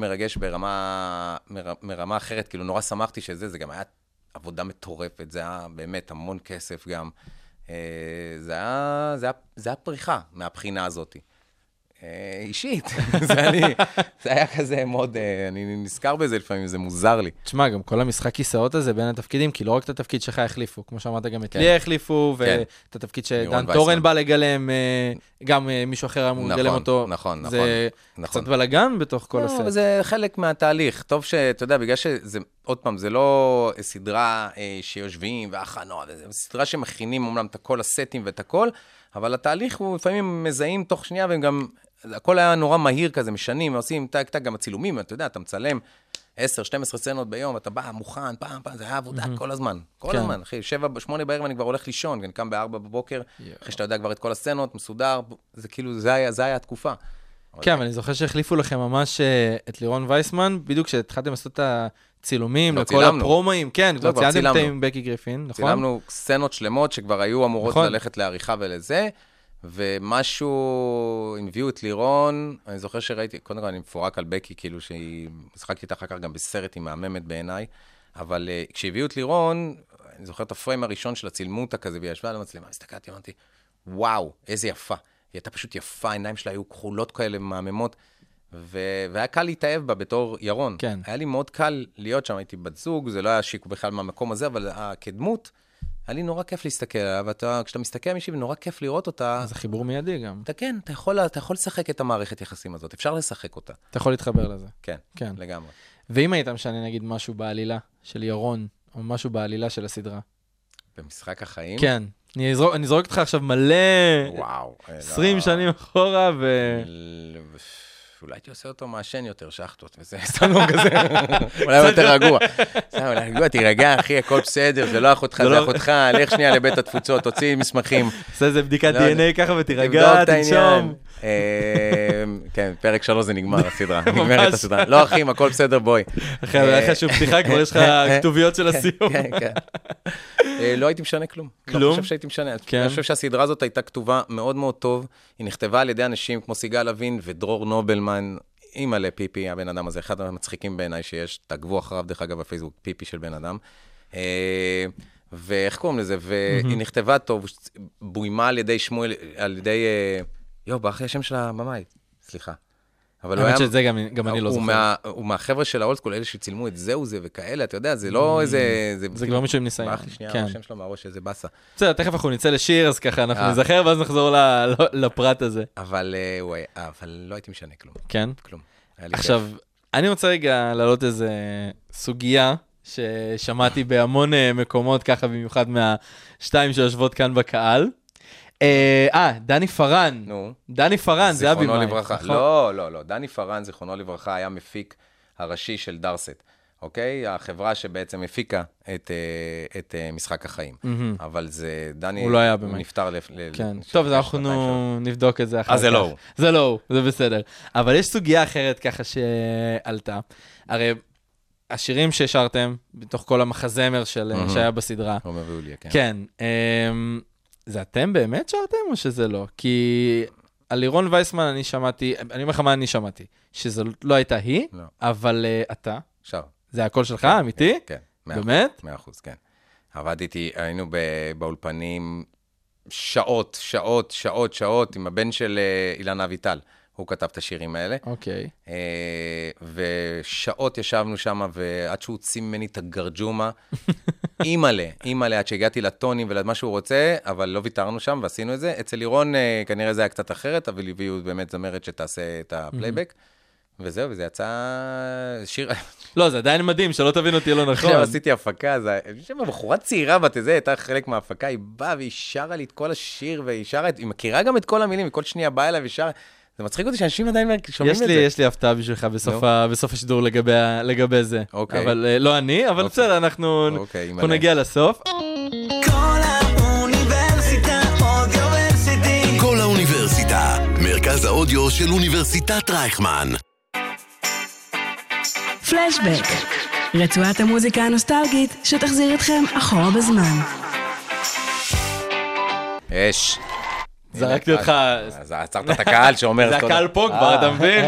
ברמה אחרת, כאילו נורא שמחתי זה גם היה עבודה מטורפת, זה היה באמת המון כסף גם. זה היה פריחה מהבחינה הזאת. אישית. זה היה כזה מאוד, אני נזכר בזה לפעמים, זה מוזר לי. תשמע, גם כל המשחק כיסאות הזה בין התפקידים, כי לא רק את התפקיד שלך החליפו, כמו שאמרת, גם את ליה החליפו, ואת התפקיד שדן טורן בא לגלם, גם מישהו אחר אמור לגלם אותו. נכון. זה קצת בלגן בתוך כל הסרט. לא, זה חלק מהתהליך. טוב שאתה יודע, בגלל שזה, עוד פעם, זה לא סדרה שיושבים והכנות, זה סדרה שמכינים אומנם את כל הסטים ואת הכל, אבל התהליך הוא לפעמים מזהים תוך שנייה, והם גם, הכל היה נורא מהיר כזה, משנים, עושים טק, גם הצילומים, אתה יודע, אתה מצלם 10-12 סצנות ביום, אתה בא מוכן, פעם, זה היה עבודה כל הזמן, אחי, 7-8 בערב אני כבר הולך לישון, אני קם ב4 בבוקר, אחרי שאתה יודע כבר את כל הסצנות, מסודר, זה כאילו, זה היה התקופה. כן, אבל אני זוכר שהחליפו לכם ממש את לירון וייסמן, בדיוק כשהתחלתם לעשות את הצילומים, לכל הפרומואים, כן, כבר ציינתם עם בקי גריפין, נכון? צילמנו סצנות שלמות שכבר היו אמורות ללכת לעריכה ולזה, ומשהו, הם הביאו את לירון, אני זוכר שראיתי, קודם כל אני מפורק על בקי, כאילו שהיא, משחקתי איתה אחר כך גם בסרט, היא מהממת בעיניי, אבל כשהביאו את לירון, אני זוכר את הפריים הראשון של הצילמות כזה, והיא ישבה על המצלמה, הסתכלתי, אמרתי, וואו, איזה יפה. היא הייתה פשוט יפה, העיניים שלה היו כחולות כאלה, מהממות, והיה קל להתאהב בה בתור ירון. כן. היה לי מאוד קל להיות שם, הייתי בת זוג, זה לא היה שיק בכלל מהמקום הזה, אבל כדמות, היה לי נורא כיף להסתכל עליו, וכשאתה מסתכל על מישהי ונורא כיף לראות אותה... זה חיבור מיידי גם. אתה יכול לשחק את המערכת יחסים הזאת, אפשר לשחק אותה. אתה יכול להתחבר לזה. כן, לגמרי. ואם היית משנה, נגיד, משהו בעלילה של ירון, או משהו בעלילה של הסדרה? במשחק החיים? כן. אני זורק אותך עכשיו מלא... וואו. 20 שנים אחורה ו... שאולי הייתי עושה אותו מעשן יותר, שחטות, וזה סתם לא כזה, אולי יותר רגוע. סתם, רגוע, תירגע, אחי, הכל בסדר, זה לא אחותך, זה אחותך, לך שנייה לבית התפוצות, תוציא מסמכים. עושה איזה בדיקת DNA ככה ותירגע, תנשום. כן, פרק 3 זה נגמר, הסדרה, נגמרת הסדרה. לא, אחים, הכל בסדר, בואי. אחי, אבל היה חשוב פתיחה, כבר יש לך כתוביות של הסיום. כן, כן. לא הייתי משנה כלום. כלום? לא חושב שהייתי משנה. אני חושב שהסדרה הזאת הייתה כתובה מאוד מאוד טוב. היא נכתבה על ידי אנשים כמו סיגל לוין ודרור נובלמן, אימא לפיפי, הבן אדם הזה, אחד המצחיקים בעיניי שיש, תעקבו אחריו דרך אגב בפייסבוק, פיפי של בן אדם. ואיך קוראים לזה? והיא נכתבה טוב, בוימה על ידי שמואל, על ידי... ברח לי השם של הבמאי, סליחה. האמת שזה גם אני לא זוכר. הוא מהחבר'ה של האולדסקול, אלה שצילמו את זהו זה וכאלה, אתה יודע, זה לא איזה... זה כבר מישהו עם ניסיון. ברח לי שנייה, השם שלו מהראש, איזה בסה. בסדר, תכף אנחנו נצא לשיר, אז ככה אנחנו נזכר, ואז נחזור לפרט הזה. אבל לא הייתי משנה כלום. כן? כלום. עכשיו, אני רוצה רגע להעלות איזה סוגיה, ששמעתי בהמון מקומות, ככה במיוחד מהשתיים שיושבות כאן בקהל. דני פרן. נו. דני פרן, זה זיכרונו לברכה. לא. דני פרן, זיכרונו לברכה, היה מפיק הראשי של דארסט. אוקיי? החברה שבעצם הפיקה את משחק החיים. אבל זה, דני... הוא לא היה במאי. הוא נפטר כן. טוב, אז אנחנו נבדוק את זה אחר כך. זה לא הוא. זה לא הוא, זה בסדר. אבל יש סוגיה אחרת ככה שעלתה. הרי השירים ששרתם, בתוך כל המחזמר שהיה בסדרה. רומא ויוליה, כן. כן. זה אתם באמת שרתם או שזה לא? כי על לירון וייסמן אני שמעתי, אני אומר לך מה אני שמעתי, שזה לא הייתה היא, אבל אתה. שר. זה הקול שלך, אמיתי? כן. באמת? 100%, כן. עבדתי, היינו באולפנים שעות עם הבן של אילנה אביטל. הוא כתב את השירים האלה. אוקיי. ושעות ישבנו שם, ועד שהוא הוציא ממני את הגרג'ומה, אימאלה, עד שהגעתי לטונים ולמה שהוא רוצה, אבל לא ויתרנו שם ועשינו את זה. אצל לירון כנראה זה היה קצת אחרת, אבל הביאו באמת זמרת שתעשה את הפלייבק. וזהו, וזה יצא שיר... לא, זה עדיין מדהים, שלא תבין אותי לא נכון. עכשיו עשיתי הפקה, אני חושב, בחורה צעירה בת זה, הייתה חלק מההפקה, היא באה והיא שרה לי את כל השיר, והיא מכירה גם את כל המילים, וכל שנייה באה אליי ושרה... זה מצחיק אותי שאנשים עדיין שומעים את זה. יש לי הפתעה בשבילך בסוף השידור לגבי זה. אבל לא אני, אבל בסדר, אנחנו נגיע לסוף. כל האוניברסיטה, מרכז האודיו של אוניברסיטת רייכמן. פלשבק, רצועת המוזיקה הנוסטלגית שתחזיר אתכם אחורה בזמן. יש. זרקתי אותך... אז עצרת את הקהל שאומר... זה הקהל פה כבר, אתה מבין?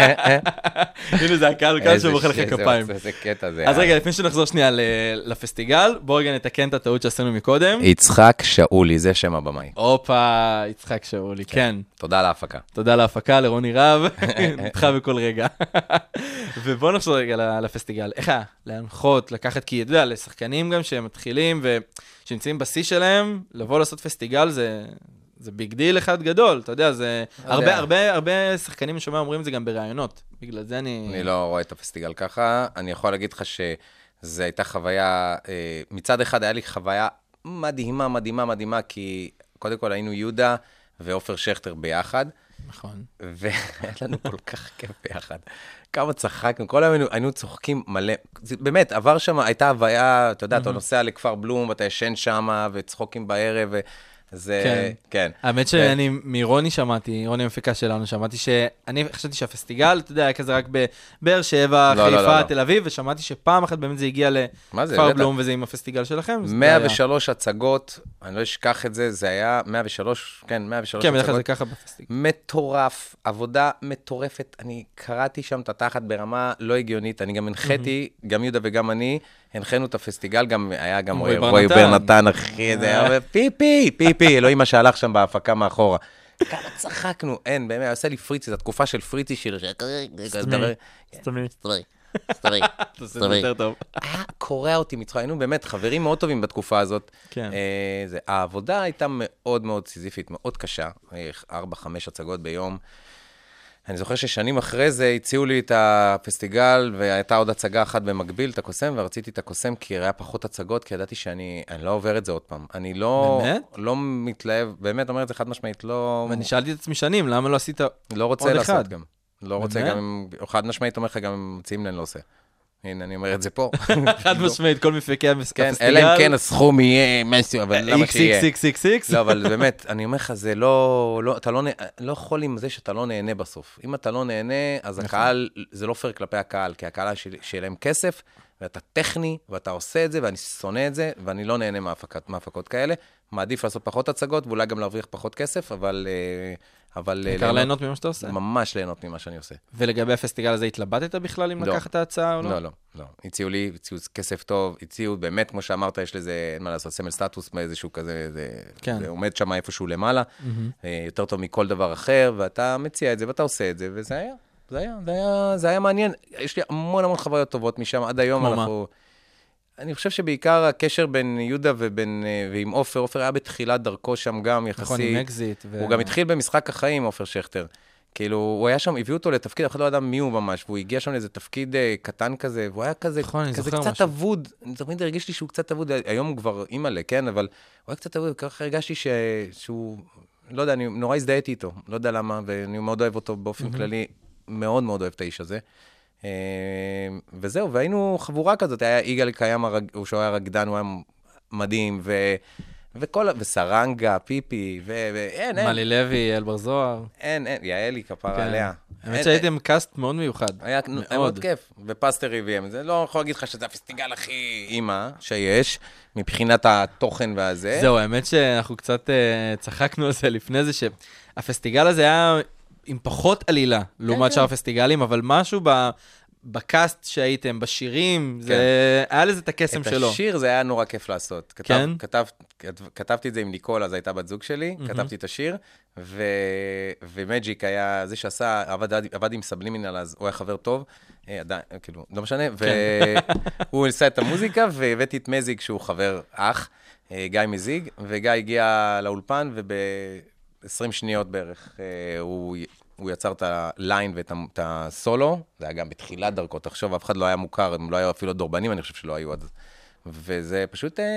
הנה זה הקהל כאן שמוחא לך כפיים. איזה קטע זה. אז רגע, לפני שנחזור שנייה לפסטיגל, בואו רגע נתקן את הטעות שעשינו מקודם. יצחק שאולי, זה שם הבמאי. הופה, יצחק שאולי, כן. תודה להפקה. תודה להפקה, לרוני רב, נתחה בכל רגע. ובואו נחזור רגע לפסטיגל. איך היה? להנחות, לקחת, כי אתה יודע, לשחקנים גם שהם מתחילים ושנמצאים בשיא שלהם, לבוא לעשות פסטיגל זה ביג דיל אחד גדול, אתה יודע, זה... הרבה שחקנים שומע אומרים את זה גם בראיונות, בגלל זה אני לא רואה את הפסטיגל ככה, אני יכול להגיד לך שזו הייתה חוויה, מצד אחד היה לי חוויה מדהימה, כי קודם כל היינו יהודה ואופר שכטר ביחד. נכון. והיה לנו כל כך כיף ביחד. כמה צחקנו, כל היום היינו צוחקים מלא. באמת, עבר שם, הייתה הוויה, אתה יודע, אתה נוסע לכפר בלום, ואתה ישן שם, וצחוקים בערב, זה, כן. האמת שאני מרוני שמעתי, רוני המפיקה שלנו, שמעתי שאני חשבתי שהפסטיגל, אתה יודע, היה כזה רק בבאר שבע, חיפה, תל אביב, ושמעתי שפעם אחת באמת זה הגיע לכפר בלום, וזה עם הפסטיגל שלכם. 103 הצגות, אני לא אשכח את זה, זה היה 103 הצגות. כן, בדרך כלל זה ככה בפסטיגל. מטורף, עבודה מטורפת, אני קראתי שם את התחת ברמה לא הגיונית, אני גם הנחיתי, גם יהודה וגם אני, הנחינו את הפסטיגל, היה גם רוי ברנתן, אחי, זה היה פיפי, אלוהים מה שהלך שם בהפקה מאחורה. כמה צחקנו, אין, באמת, עושה לי פריצי, זו תקופה של פריצי שיר. סתמי. סתמי. היה קורא אותי מצחוק, היינו באמת חברים מאוד טובים בתקופה הזאת. העבודה הייתה מאוד מאוד סיזיפית, מאוד קשה, 4-5 הצגות ביום. אני זוכר ששנים אחרי זה הציעו לי את הפסטיגל, והייתה עוד הצגה אחת במקביל, את הקוסם, ורציתי את הקוסם, כי היה פחות הצגות, כי ידעתי שאני לא עובר את זה עוד פעם. אני לא מתלהב, באמת אומר את זה חד משמעית, לא... ואני שאלתי את עצמי שנים, למה לא עשית עוד אחד? לא רוצה לעשות גם. לא רוצה גם אם, חד משמעית אומר לך, גם אם מציעים לי, אני לא עושה. הנה, אני אומר את זה פה. חד משמעית, כל מפיקי הפסטיגל. כן, אלא אם כן הסכום יהיה משהו, אבל למה שיהיה? XXXX. לא, אבל באמת, אני אומר לך, זה לא, אתה לא יכול עם זה שאתה לא נהנה בסוף. אם אתה לא נהנה, אז הקהל, זה לא פייר כלפי הקהל, כי הקהל שלהם כסף, ואתה טכני, ואתה עושה את זה, ואני שונא את זה, ואני לא נהנה מהפקות כאלה. מעדיף לעשות פחות הצגות, ואולי גם להרוויח פחות כסף, אבל בעיקר ליהנות ממה שאתה עושה. ממש ליהנות ממה שאני עושה. ולגבי הפסטיגל הזה, התלבטת בכלל אם לקחת את ההצעה או לא? לא. הציעו לי, הציעו כסף טוב, הציעו באמת, כמו שאמרת, יש לזה, אין מה לעשות, סמל סטטוס, מאיזשהו כזה, זה עומד שם איפשהו למעלה, יותר טוב מכל דבר אחר, ואתה מציע את זה, ואתה עושה את זה, וזה היה מעניין. יש לי המון חוויות טובות משם, עד היום אנחנו... אני חושב שבעיקר הקשר בין יהודה ועם אופר היה בתחילת דרכו שם גם יחסי. נכון, עם אקזיט. הוא גם התחיל במשחק החיים, אופר שכטר. כאילו, הוא היה שם, הביאו אותו לתפקיד, אחד לא ידע מי הוא ממש, והוא הגיע שם לאיזה תפקיד קטן כזה, והוא היה כזה קצת אבוד. אני תמיד הרגיש לי שהוא קצת אבוד, היום הוא כבר אימא'לה, כן, אבל הוא היה קצת אבוד, וככה הרגשתי שהוא, לא יודע, אני נורא הזדהיתי איתו, לא יודע למה, ואני מאוד אוהב אותו באופן כללי, מאוד מאוד אוהב את האיש הזה. וזהו, והיינו חבורה כזאת, היה יגאל קיים, שהוא היה רקדן, הוא היה מדהים, וסרנגה, פיפי, ואין. מלי לוי, אלבר זוהר. אין, יעלי כפרה עליה. האמת שהייתם קאסט מאוד מיוחד. היה מאוד כיף, ופסטר הביאם. זה לא יכול להגיד לך שזה הפסטיגל הכי אימא שיש, מבחינת התוכן והזה. זהו, האמת שאנחנו קצת צחקנו על זה לפני זה, שהפסטיגל הזה היה עם פחות עלילה, לעומת שאר הפסטיגלים, אבל משהו בקאסט שהייתם, בשירים, היה לזה את הקסם שלו. את השיר זה היה נורא כיף לעשות. כן? כתבתי את זה עם ניקול, אז הייתה בת זוג שלי, כתבתי את השיר, ומג'יק היה זה שעשה, עבד עם סבלימינל, אז הוא היה חבר טוב, כאילו, לא משנה, והוא עשה את המוזיקה, והבאתי את מזיג, שהוא חבר אח, גיא מזיג, וגיא הגיע לאולפן, וב-20 שניות בערך, הוא יצר את הליין ואת הסולו, זה היה גם בתחילת דרכו, תחשוב, אף אחד לא היה מוכר, הם לא היו אפילו דורבנים, אני חושב שלא היו עד. וזה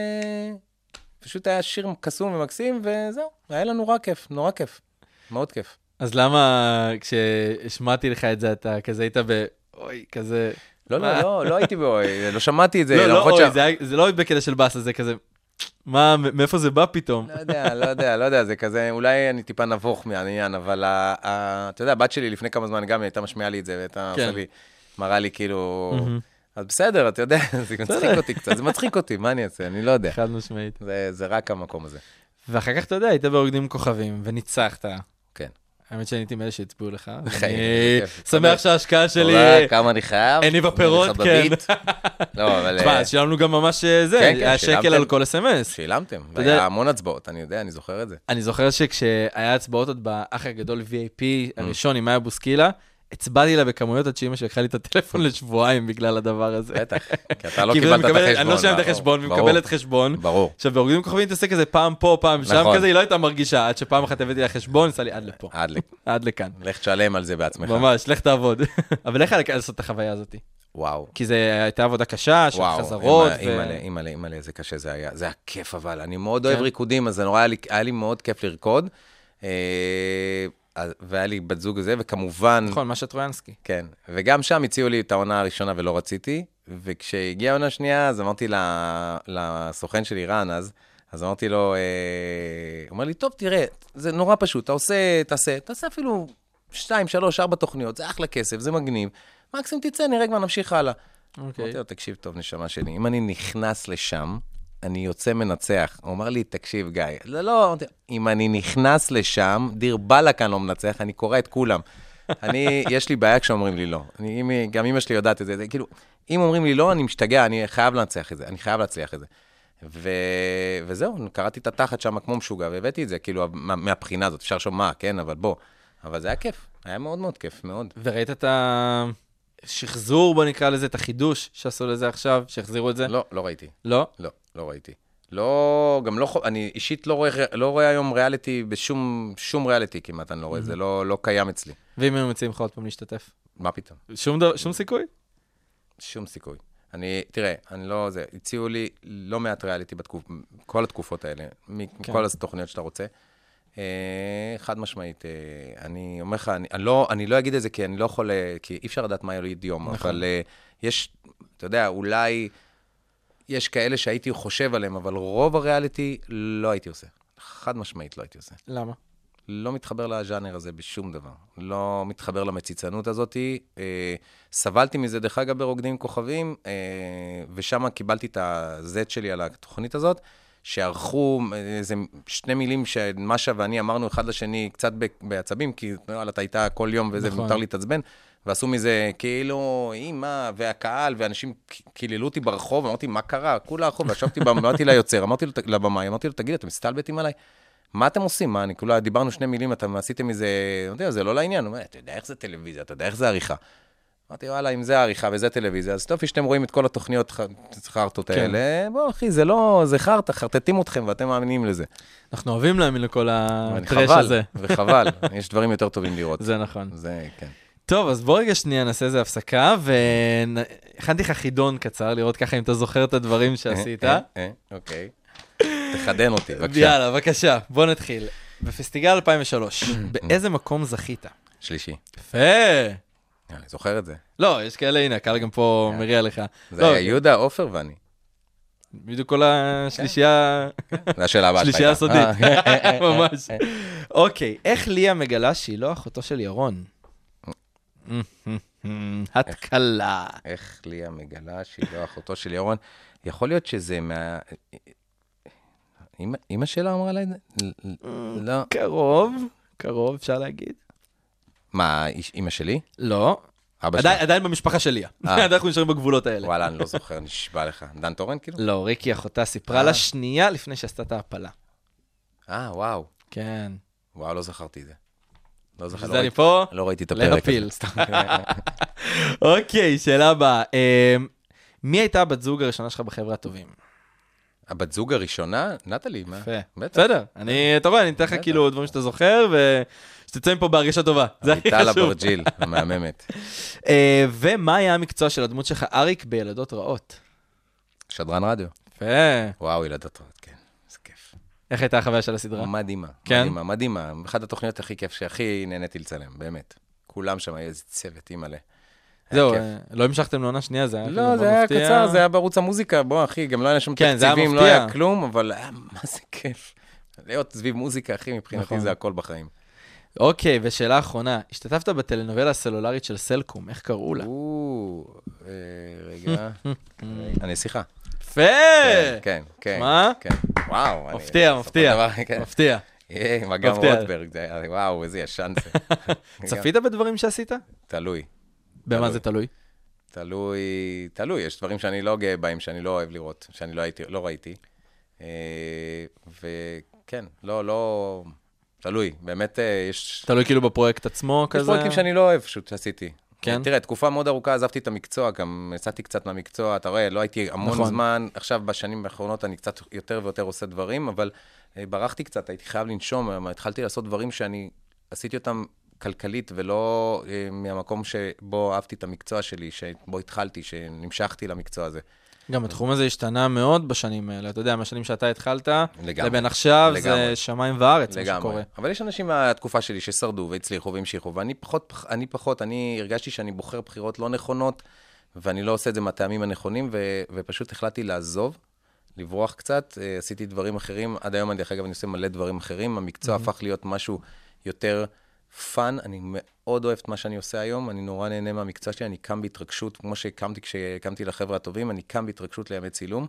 פשוט היה שיר קסום ומקסים, וזהו, היה לנו נורא כיף, מאוד כיף. אז למה כששמעתי לך את זה, אתה כזה היית אוי, כזה... לא הייתי באוי, לא שמעתי את זה. לא, אוי, זה לא בקטע של בסה, זה כזה... מה, מאיפה זה בא פתאום? לא יודע, זה כזה, אולי אני טיפה נבוך מהעניין, אבל אתה יודע, הבת שלי לפני כמה זמן גם הייתה משמיעה לי את זה, והייתה עושה לי, מראה לי כאילו, אז בסדר, אתה יודע, זה מצחיק אותי קצת, זה מצחיק אותי, מה אני אעשה? אני לא יודע. חד משמעית. זה רק המקום הזה. ואחר כך אתה יודע, היית ברוקדים כוכבים, וניצחת. כן. האמת שאני הייתי מאלה שהצביעו לך. אני שמח שההשקעה שלי... כמה אני חייב. אין לי בפירות, כן. לא, אבל... תשמע, שילמנו גם ממש זה, היה שקל על כל אס-אמס. שילמתם, והיה המון הצבעות, אני יודע, אני זוכר את זה. אני זוכר שכשהיה הצבעות עוד באח הגדול VIP הראשון עם מאיה בוסקילה, הצבעתי לה בכמויות עד שאמא שלקחה לי את הטלפון לשבועיים בגלל הדבר הזה. בטח, כי אתה לא קיבלת את החשבון. אני לא שילמת את החשבון, והיא מקבלת חשבון. ברור. עכשיו, ברוקדים כוכבים תעשה כזה פעם פה, פעם שם כזה, היא לא הייתה מרגישה, עד שפעם אחת הבאתי לה חשבון, עשה לי עד לפה. עד לכאן. לך תשלם על זה בעצמך. ממש, לך תעבוד. אבל איך היה לעשות את החוויה הזאת? וואו. כי זו הייתה עבודה קשה, של חזרות. אימא'לה, זה קשה, זה היה כיף, אבל אני מאוד אוהב ריקודים, אז היה לי מאוד כיף לרקוד. והיה לי בת זוג הזה, וכמובן... נכון, משה טרויאנסקי. כן, וגם שם הציעו לי את העונה הראשונה ולא רציתי, וכשהגיעה העונה השנייה, אז אמרתי לסוכן שלי, רן, אז אמרתי לו, הוא אומר לי, טוב, תראה, זה נורא פשוט, תעשה אפילו 2, 3, 4 תוכניות, זה אחלה כסף, זה מגניב, מקסימום תצא, נראה כבר נמשיך הלאה. אמרתי לו, תקשיב טוב, נשמה שלי, אם אני נכנס לשם, אני יוצא מנצח. הוא אמר לי, תקשיב, גיא. לא, אם אני נכנס לשם, דיר בלק אני לא מנצח, אני קורא את כולם. יש לי בעיה כשאומרים לי לא. גם אמא שלי יודעת את זה. כאילו, אם אומרים לי לא, אני משתגע, אני חייב לנצח את זה, אני חייב להצליח את זה. וזהו, קראתי את התחת שם כמו משוגע, והבאתי את זה, כאילו, מהבחינה הזאת, אפשר שומע, כן, אבל בוא. אבל זה היה כיף, היה מאוד מאוד כיף, מאוד. וראית את השחזור, בוא נקרא לזה, את החידוש שעשו לזה עכשיו, שהחזירו את זה? לא, לא ראיתי. לא? לא, לא ראיתי. לא, גם לא, אני אישית לא רואה היום ריאליטי שום ריאליטי כמעט, אני לא רואה, זה לא קיים אצלי. ואם הם מציעים לך עוד פעם להשתתף? מה פתאום? שום סיכוי? שום סיכוי. תראה, הציעו לי לא מעט ריאליטי כל התקופות האלה, מכל התוכניות שאתה רוצה. חד משמעית. אני אומר לך, אני לא אגיד את זה כי אני לא יכול, כי אי אפשר לדעת מה יוליד יום, אבל יש, אתה יודע, אולי יש כאלה שהייתי חושב עליהם, אבל רוב הריאליטי לא הייתי עושה. חד משמעית לא הייתי עושה. למה? לא מתחבר לז'אנר הזה בשום דבר. לא מתחבר למציצנות הזאת. סבלתי מזה, דרך אגב, ברוקדים כוכבים, ושם קיבלתי את הזט שלי על התוכנית הזאת, שערכו איזה שני מילים שמשה ואני אמרנו אחד לשני קצת בעצבים, כי אתה הייתה כל יום וזה מותר להתעצבן, ועשו מזה כאילו, אמא והקהל, ואנשים קיללו אותי ברחוב, אמרתי, מה קרה? כולה הרחוב, וישבתי, אמרתי ליוצר, אמרתי לו לבמאי, אמרתי לו, תגיד, אתם מסתלבטים עליי? מה אתם עושים? מה, אני כולה, דיברנו שני מילים, אתם עשיתם איזה, לא יודע, זה לא לעניין, הוא אומר, אתה יודע איך זה טלוויזיה, אתה יודע איך זה עריכה. אמרתי, וואלה, אם זה עריכה וזה טלוויזיה, אז טוב, שאתם רואים את כל התוכניות חרטות האלה, בוא, אחי, זה לא, זה חרטה, חרטטים אתכם, ואתם מאמינים לזה. אנחנו אוהבים להאמין לכל הטרש הזה. וחבל, יש דברים יותר טובים לראות. זה נכון. זה, כן. טוב, אז בוא רגע שנייה נעשה איזה הפסקה, והכנתי לך חידון קצר, לראות ככה אם אתה זוכר את הדברים שעשית. אוקיי. תחדן אותי, בבקשה. יאללה, בבקשה, בוא נתחיל. בפסטיגל 2003, באיזה מקום זכית? שלישי. יפה. אני זוכר את זה. לא, יש כאלה, הנה, הקהל גם פה מריע לך. זה היה יהודה, עופר ואני. בדיוק כל השלישייה... זה השאלה הבאה. שלישייה סודית. ממש. אוקיי, איך ליה מגלה שהיא לא אחותו של ירון? התקלה. איך ליה מגלה שהיא לא אחותו של ירון? יכול להיות שזה מה... אמא שלה אמרה לה את זה? לא. קרוב, אפשר להגיד. מה, אמא שלי? לא. אבא שלה? עדיין במשפחה שלי. אנחנו נשארים בגבולות האלה. וואלה, אני לא זוכר, נשבע לך. דן טורן כאילו? לא, ריקי אחותה סיפרה לה שנייה לפני שעשתה את ההפלה. וואו. כן. וואו, לא זכרתי את זה. לא זכרתי. זה אני פה. לא ראיתי את הפרק. להפיל. אוקיי, שאלה הבאה. מי הייתה הבת זוג הראשונה שלך בחבר'ה הטובים? הבת זוג הראשונה? נטלי, מה? יפה. בסדר. אתה רואה, אני אתן לך כאילו דברים שאתה זוכר, ושתצא מפה בהרגשה טובה. זה הכי חשוב. טל אברג'יל, המהממת. ומה היה המקצוע של הדמות שלך, אריק, בילדות רעות? שדרן רדיו. יפה. וואו, ילדות רעות, כן. זה כיף. איך הייתה החוויה של הסדרה? מדהימה. כן? מדהימה, מדהימה. אחת התוכניות הכי כיף, שהכי נהניתי לצלם, באמת. כולם שם, היה איזה צוות, אימא'לה. זהו, לא המשכתם לעונה שנייה, זה היה לא, זה היה קצר, זה היה בערוץ המוזיקה, בוא אחי, גם לא היה שם תקציבים, לא היה כלום, אבל מה זה כיף. להיות סביב מוזיקה, אחי, מבחינתי זה הכל בחיים. אוקיי, ושאלה אחרונה, השתתפת בטלנובלה הסלולרית של סלקום, איך קראו לה? רגע, הנסיכה. יפה! כן, כן. מה? וואו. מפתיע. מגם רוטברג, וואו, איזה ישן זה. צפית בדברים שעשית? תלוי. במה זה תלוי? תלוי, יש דברים שאני לא גאה בהם, שאני לא אוהב לראות, שאני לא ראיתי. וכן, לא, תלוי, באמת יש... תלוי כאילו בפרויקט עצמו כזה? יש פרויקטים שאני לא אוהב, פשוט שעשיתי. כן? תראה, תקופה מאוד ארוכה עזבתי את המקצוע, גם יצאתי קצת מהמקצוע, אתה רואה, לא הייתי המון זמן, עכשיו בשנים האחרונות אני קצת יותר ויותר עושה דברים, אבל ברחתי קצת, הייתי חייב לנשום, התחלתי לעשות דברים שאני עשיתי אותם כלכלית, ולא מהמקום שבו אהבתי את המקצוע שלי, שבו התחלתי, שנמשכתי למקצוע הזה. גם התחום הזה השתנה מאוד בשנים האלה, אתה יודע, מהשנים שאתה התחלת, לבין עכשיו, זה שמיים וארץ, מה שקורה. אבל יש אנשים מהתקופה שלי ששרדו והצליחו והמשיכו, ואני פחות, אני הרגשתי שאני בוחר בחירות לא נכונות, ואני לא עושה את זה מהטעמים הנכונים, ופשוט החלטתי לעזוב, לברוח קצת, עשיתי דברים אחרים, עד היום דרך אגב אני עושה מלא דברים אחרים, המקצוע הפך להיות משהו יותר פן, אני מאוד אוהב את מה שאני עושה היום, אני נורא נהנה מהמקצוע שלי, אני קם בהתרגשות, כמו שהקמתי כשהקמתי לחבר'ה הטובים, אני קם בהתרגשות לימי צילום,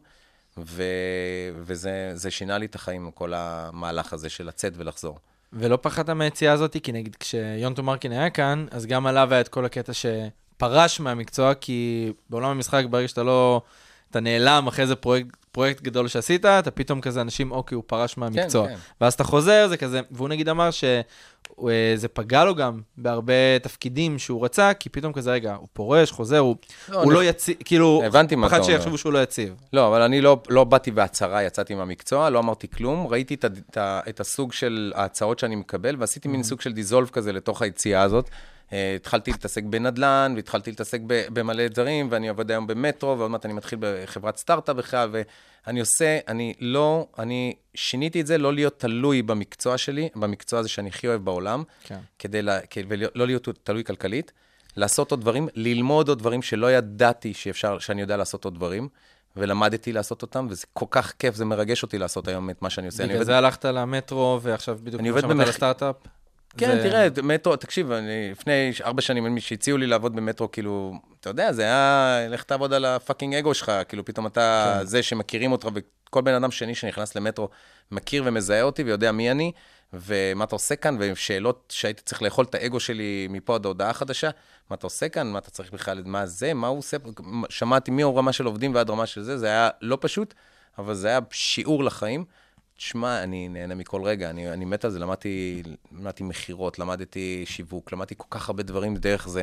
וזה שינה לי את החיים, כל המהלך הזה של לצאת ולחזור. ולא פחדת מהיציאה הזאת, כי נגיד כשיונטו מרקין היה כאן, אז גם עליו היה את כל הקטע שפרש מהמקצוע, כי בעולם המשחק ברגע שאתה לא, אתה נעלם אחרי זה פרויקט גדול שעשית, אתה פתאום כזה אנשים, אוקיי, הוא פרש מהמקצוע. כן, כן. ואז אתה חוזר, זה כזה, והוא נגיד אמר שזה פגע לו גם בהרבה תפקידים שהוא רצה, כי פתאום כזה, רגע, הוא פורש, חוזר, הוא לא יציב, כאילו, פחד שיחשבו שהוא לא יציב. לא, אבל אני לא באתי בהצהרה, יצאתי מהמקצוע, לא אמרתי כלום, ראיתי את הסוג של ההצעות שאני מקבל, ועשיתי מין סוג של דיזולב כזה לתוך היציאה הזאת, התחלתי להתעסק בנדל"ן, והתחלתי להתעסק במלא דברים, ואני עובד היום במטרו, ועוד מעט אני מתחיל בחברת סטארט-אפ בכלל, ואני עושה, אני שיניתי את זה, לא להיות תלוי במקצוע שלי, במקצוע הזה שאני הכי אוהב בעולם, כדי לא להיות תלוי כלכלית, לעשות עוד דברים, ללמוד עוד דברים שלא ידעתי שאני יודע לעשות עוד דברים, ולמדתי לעשות אותם, וזה כל כך כיף, זה מרגש אותי לעשות היום את מה שאני עושה. בגלל זה הלכת למטרו, ועכשיו בדיוק שמעת על הסטארט-אפ? כן, תראה, מטרו, תקשיב, לפני 4 שנים, מי שהציעו לי לעבוד במטרו, כאילו, אתה יודע, זה היה, לך תעבוד על הפאקינג אגו שלך, כאילו, פתאום אתה זה שמכירים אותך, וכל בן אדם שני שנכנס למטרו, מכיר ומזהה אותי, ויודע מי אני, ומה אתה עושה כאן, ושאלות שהייתי צריך לאכול את האגו שלי מפה עד ההודעה חדשה, מה אתה עושה כאן, מה אתה צריך בכלל, מה זה, מה הוא עושה, שמעתי מי הוא רמה של עובדים ועד רמה של זה היה לא פשוט, אבל זה היה שיעור לחיים. תשמע, אני נהנה מכל רגע, אני מת על זה, למדתי מחירות, למדתי שיווק, למדתי כל כך הרבה דברים דרך זה,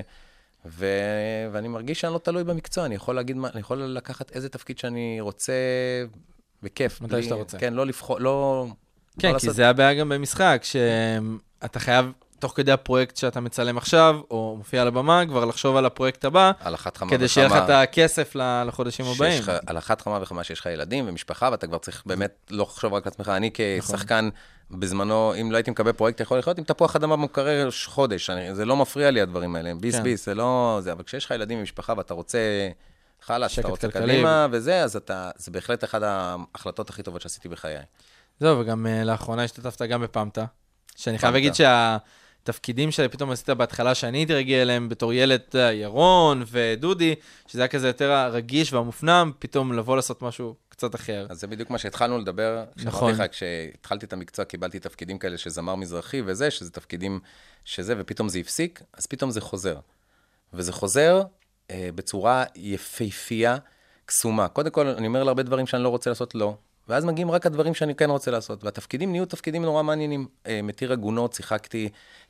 ואני מרגיש שאני לא תלוי במקצוע, אני יכול להגיד, אני יכול לקחת איזה תפקיד שאני רוצה, בכיף. מתי שאתה רוצה. כן, לא לבחור, לא... כן, כי זה הבעיה גם במשחק, שאתה חייב, תוך כדי הפרויקט שאתה מצלם עכשיו, או מופיע על הבמה, כבר לחשוב על הפרויקט הבא, כדי שיהיה לך את הכסף לחודשים הבאים. על אחת כמה וכמה שיש לך ילדים ומשפחה, ואתה כבר צריך באמת לא לחשוב רק לעצמך. אני כשחקן בזמנו, אם לא הייתי מקבל פרויקט, יכול להיות עם תפוח אדמה במקרר חודש. זה לא מפריע לי הדברים האלה. ביס, זה לא... אבל כשיש לך ילדים ומשפחה ואתה רוצה... חלש, אתה רוצה קדימה וזה, אז זה בהחלט אחת ההחלטות הכי טובות שעשיתי בחיי. זהו, וגם לאחרונה השתתפת גם בפמטה, שאני חייב להגיד שהתפקידים שלי פתאום עשית בהתחלה שאני הייתי רגיל אליהם בתור ילד ירון ודודי, שזה היה כזה יותר הרגיש והמופנם, פתאום לבוא לעשות משהו קצת אחר. אז זה בדיוק מה שהתחלנו לדבר, נכון. כשהתחלתי את המקצוע קיבלתי תפקידים כאלה שזמר מזרחי וזה, שזה תפקידים שזה, ופתאום זה הפסיק, אז פתאום זה חוזר. וזה חוזר בצורה יפהפייה, קסומה. קודם כל, אני אומר להרבה דברים שאני לא רוצה לעשות, לא. ואז מגיעים רק הדברים שאני כן רוצה לעשות. והתפקידים נהיו תפקידים נורא מעניינים. מתיר עגונות, שיחקתי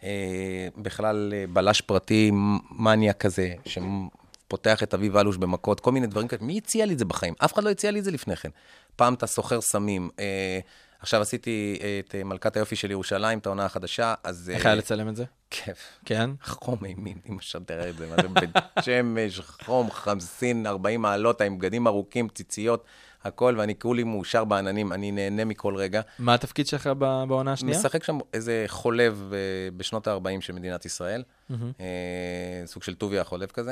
בכלל בלש פרטי, מניה כזה, שפותח את אביב אלוש במכות, כל מיני דברים כאלה. מי הציע לי את זה בחיים? אף אחד לא הציע לי את זה לפני כן. פעם אתה סוחר סמים. עכשיו עשיתי את מלכת היופי של ירושלים, את העונה החדשה, אז... איך היה לצלם את זה? כיף. כן? חום אימין, אם אפשר תראה את זה, מה זה בשמש, חום, 50, 40 מעלות, עם בגדים ארוכים, ציציות, הכל, ואני כולי מאושר בעננים, אני נהנה מכל רגע. מה התפקיד שלך בעונה השנייה? משחק שם איזה חולב בשנות ה-40 של מדינת ישראל, סוג של טוביה החולב כזה.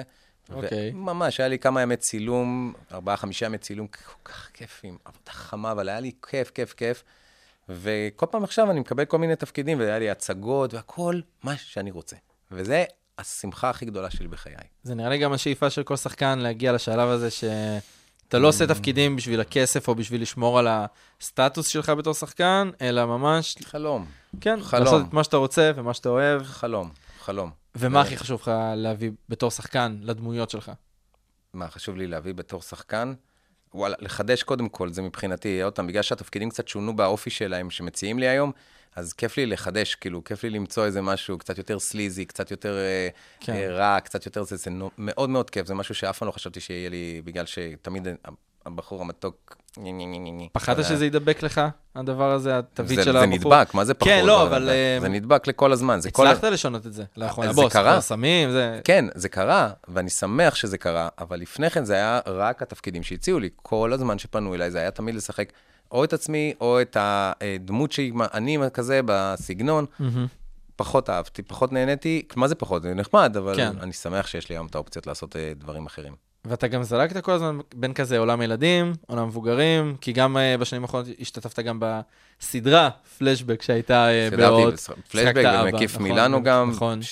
ממש, היה לי כמה ימי צילום, 4-5 ימי צילום, כל כך כיפים, עבודה חמה, אבל היה לי כיף, כיף, כיף. וכל פעם עכשיו אני מקבל כל מיני תפקידים, והיה לי הצגות והכל, מה שאני רוצה. וזה השמחה הכי גדולה שלי בחיי. זה נראה לי גם השאיפה של כל שחקן להגיע לשלב הזה שאתה לא עושה תפקידים בשביל הכסף או בשביל לשמור על הסטטוס שלך בתור שחקן, אלא ממש... חלום. כן, לעשות את מה שאתה רוצה ומה שאתה אוהב. חלום, חלום. ומה הכי חשוב לך להביא בתור שחקן לדמויות שלך? מה חשוב לי להביא בתור שחקן? וואלה, לחדש קודם כל, זה מבחינתי, אותם, בגלל שהתפקידים קצת שונו באופי שלהם שמציעים לי היום, אז כיף לי לחדש, כאילו, כיף לי למצוא איזה משהו קצת יותר סליזי, קצת יותר רע, קצת יותר, זה מאוד מאוד כיף, זה משהו שאף פעם לא חשבתי שיהיה לי, בגלל שתמיד הבחור המתוק, פחדת שזה ידבק לך, הדבר הזה, התווית של הבחור? זה נדבק, מה זה פחור? כן, לא, אבל... זה נדבק לכל הזמן. הצלחת לשנות את זה, לאחרונה. זה קרה. סמים, זה... כן, זה קרה, ואני שמח שזה קרה, אבל לפני כן זה היה רק התפקידים שהציעו לי. כל הזמן שפנו אליי, זה היה תמיד לשחק או את עצמי, או את הדמות שאני כזה בסגנון. פחות אהבתי, פחות נהניתי. מה זה פחות? זה נחמד, אבל אני שמח שיש לי היום את האופציות לעשות דברים אחרים. ואתה גם זלגת כל הזמן בין כזה עולם ילדים, עולם מבוגרים, כי גם בשנים האחרונות השתתפת גם בסדרה, פלשבק, שהייתה בעוד... פלשבק במקיף מילאנו גם,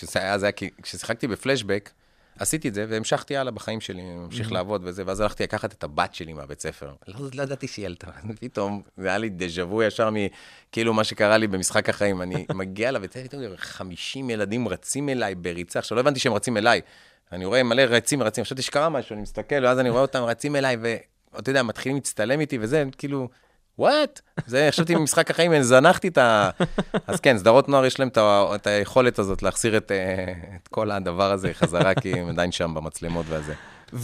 כששיחקתי בפלשבק, עשיתי את זה, והמשכתי הלאה בחיים שלי, המשיך לעבוד וזה, ואז הלכתי לקחת את הבת שלי מהבית ספר. לא ידעתי שהיא ילדה, פתאום, זה היה לי דז'בו ישר מכאילו מה שקרה לי במשחק החיים. אני מגיע לבית ספר, 50 ילדים רצים אליי בריצה, עכשיו לא הבנתי שהם רצים אליי. אני רואה מלא רצים, חשבתי שקרה משהו, אני מסתכל, ואז אני רואה אותם רצים אליי, ואתה יודע, מתחילים להצטלם איתי, וזה כאילו, what? זה, חשבתי במשחק החיים, אני זנחתי את ה... אז כן, סדרות נוער יש להם את היכולת הזאת, להחזיר את כל הדבר הזה חזרה, כי הם עדיין שם במצלמות והזה.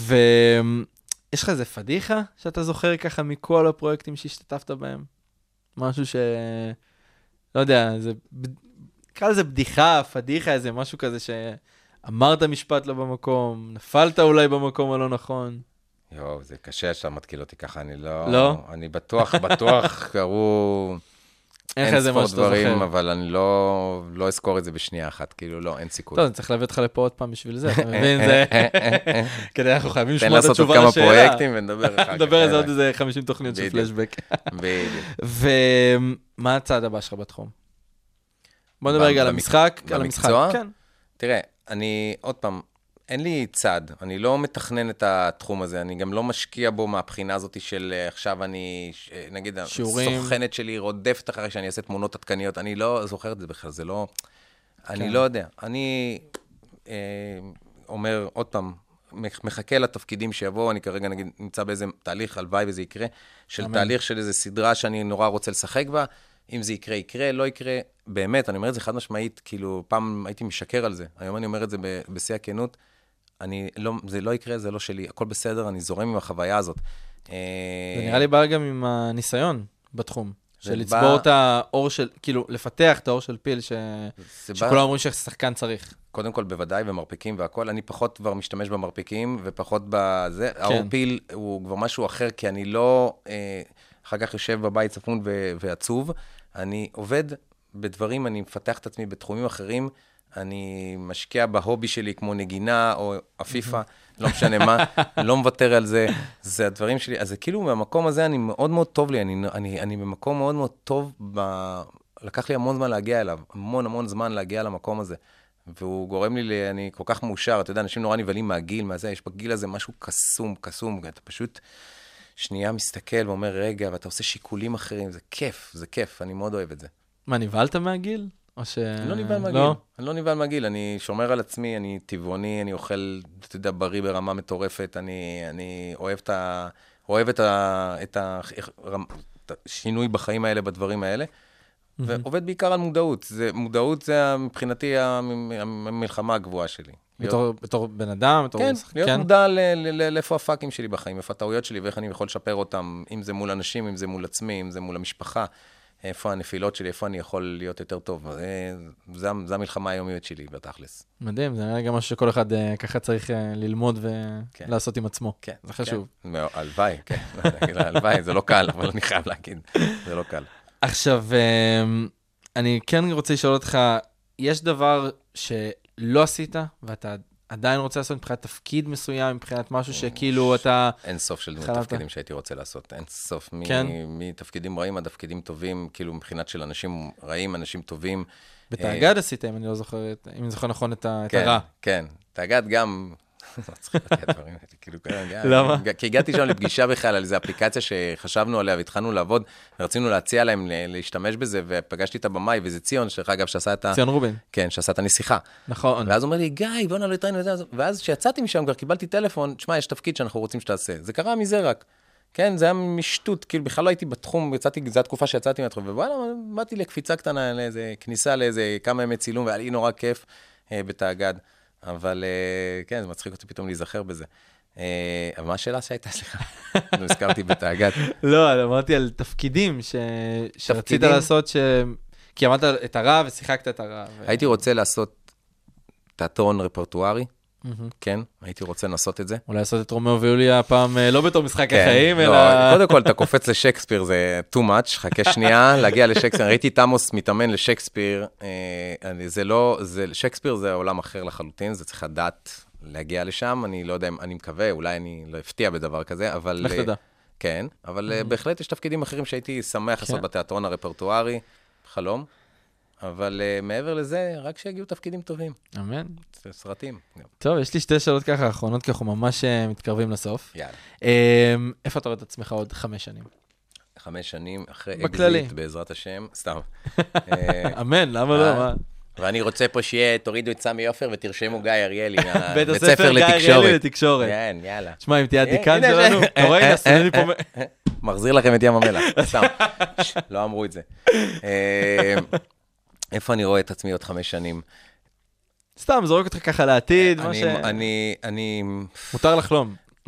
ויש לך איזה פדיחה שאתה זוכר ככה מכל הפרויקטים שהשתתפת בהם? משהו לא יודע, נקרא לזה בדיחה, פדיחה, איזה משהו כזה אמרת משפט לא במקום, נפלת אולי במקום הלא נכון. יואו, זה קשה שאתה מתקיל אותי ככה, אני לא... לא? אני בטוח קראו... אין ספור דברים, אבל אני לא אזכור את זה בשנייה אחת, כאילו לא, אין סיכוי. טוב, אני צריך להביא אותך לפה עוד פעם בשביל זה, אתה מבין? זה... כדי אנחנו חייבים תן לשמוע את לעשות עוד התשובה כמה לשאלה. פרויקטים ונדבר אחר כך. נדבר על זה עוד איזה 50 תוכניות של פלשבק. בדיוק. ומה הצעד הבא שלך בתחום? בוא נדבר רגע על המשחק. במקצוע? כן. תראה, אני, עוד פעם, אין לי צד, אני לא מתכנן את התחום הזה, אני גם לא משקיע בו מהבחינה הזאת של עכשיו אני, נגיד, הסוכנת שלי רודפת אחרי שאני אעשה תמונות עדכניות, אני לא זוכר את זה בכלל, זה לא, אני לא יודע. אני אומר, עוד פעם, מחכה לתפקידים שיבואו, אני כרגע נגיד נמצא באיזה תהליך, הלוואי וזה יקרה, של תהליך של איזו סדרה שאני נורא רוצה לשחק בה, אם זה יקרה, יקרה, לא יקרה, באמת, אני אומר את זה חד משמעית, כאילו, פעם הייתי משקר על זה, היום אני אומר את זה בשיא הכנות, זה לא יקרה, זה לא שלי, הכל בסדר, אני זורם עם החוויה הזאת. זה נראה לי בא גם עם הניסיון בתחום, של לצבור את האור של, כאילו, לפתח את האור של פיל, שכולם אומרים ששחקן צריך. קודם כל, בוודאי, במרפקים והכל, אני פחות כבר משתמש במרפקים, ופחות בזה, האור פיל הוא כבר משהו אחר, כי אני לא, אחר כך יושב בבית צפון ועצוב, אני עובד בדברים, אני מפתח את עצמי בתחומים אחרים, אני משקיע בהובי שלי כמו נגינה או אפיפה, לא משנה מה, לא מוותר על זה, זה הדברים שלי, אז זה כאילו במקום הזה אני מאוד מאוד טוב לי, אני במקום מאוד מאוד טוב, לקח לי המון זמן להגיע אליו, המון זמן להגיע למקום הזה, והוא גורם לי, אני כל כך מאושר, אתה יודע, אנשים נורא נבלים מהגיל, מהזה, יש בגיל הזה משהו קסום, אתה פשוט שנייה מסתכל ואומר, רגע, ואתה עושה שיקולים אחרים, זה כיף, אני מאוד אוהב את זה. מה, נבלת מהגיל? אני לא נבהל מהגיל, אני שומר על עצמי, אני טבעוני, אני אוכל, אתה יודע, בריא ברמה מטורפת, אני אוהב את השינוי בחיים האלה, בדברים האלה, ועובד בעיקר על מודעות. מודעות זה מבחינתי המלחמה הגבוהה שלי. בתור בן אדם? כן, להיות מודע לאיפה הפאקים שלי בחיים, איפה הטעויות שלי, ואיך אני יכול לשפר אותם, אם זה מול אנשים, אם זה מול עצמי, אם זה מול המשפחה. איפה הנפילות שלי, איפה אני יכול להיות יותר טוב. זה המלחמה היומיות שלי, בתכלס. מדהים, זה נראה גם משהו שכל אחד ככה צריך ללמוד ולעשות עם עצמו. כן. זה חשוב. הלוואי, כן. הלוואי, זה לא קל, אבל אני חייב להגיד, זה לא קל. עכשיו, אני כן רוצה לשאול אותך, יש דבר שלא עשית, ואתה עדיין רוצה לעשות מבחינת תפקיד מסוים, מבחינת משהו שכאילו אתה... אין סוף של תפקידים שהייתי רוצה לעשות, אין סוף מתפקידים רעים עד תפקידים טובים, כאילו מבחינת של אנשים רעים, אנשים טובים. בתאגד עשית, אם אני לא זוכר, אם אני זוכר נכון את הרע. כן, תאגד גם... למה? כי הגעתי שם לפגישה בכלל על איזו אפליקציה שחשבנו עליה והתחלנו לעבוד, ורצינו להציע להם להשתמש בזה, ופגשתי את הבמאי, וזה ציון, שלך אגב, שעשה את ה... ציון רובין. כן, שעשה את הנסיכה. נכון. ואז הוא אומר לי, גיא, בוא נעלה איתנו, ואז כשיצאתי משם, כבר קיבלתי טלפון, תשמע, יש תפקיד שאנחנו רוצים שתעשה. זה קרה מזה רק. כן, זה היה משטות, כאילו בכלל לא הייתי בתחום, זו התקופה שיצאתי מהתחום, ווואלה, באתי לקפיצה קטנה, לאיזה כניסה לאיזה כמה ימי צילום, והיה לי נורא כיף בתאגד. אבל כן, זה מצחיק אותי פתאום להיזכר בזה. אבל מה השאלה שהייתה? סליחה, לא הזכרתי בתאגד. לא, אמרתי על תפקידים שרצית לעשות, כי אמרת את הרע ושיחקת את הרע. הייתי רוצה לעשות תיאטרון רפרטוארי, כן, הייתי רוצה לנסות את זה. אולי לעשות את רומאו ויוליה הפעם לא בתור משחק החיים, אלא... קודם כל, אתה קופץ לשקספיר, זה too much, חכה שנייה, להגיע לשקספיר. ראיתי את עמוס מתאמן לשקספיר, שקספיר זה עולם אחר לחלוטין, זה צריך לדעת להגיע לשם, אני לא יודע, אני מקווה, אולי אני לא אפתיע בדבר כזה, אבל... לך תדע. כן, אבל בהחלט יש תפקידים אחרים שהייתי שמח לעשות בתיאטרון הרפרטוארי, חלום. אבל מעבר לזה, רק שיגיעו תפקידים טובים. אמן. סרטים. טוב, יש לי שתי שאלות ככה אחרונות, כי אנחנו ממש מתקרבים לסוף. יאללה. איפה אתה רואה את עצמך עוד 5 שנים? 5 שנים אחרי בכללי. אקזיט, בעזרת השם. סתם. אמן, למה לא? מה? ואני רוצה פה שיהיה, תורידו את סמי עופר ותרשמו גיא אריאלי. בית הספר גיא אריאלי לתקשורת. כן, יאללה. תשמע, אם תהיה הדיקן שלנו, אתה רואה, נסו לי פה... מחזיר לכם את ים המלח. סתם. לא אמרו את זה. איפה אני רואה את עצמי עוד 5 שנים? סתם, זורק אותך ככה לעתיד, מה ש... אני... מותר לחלום.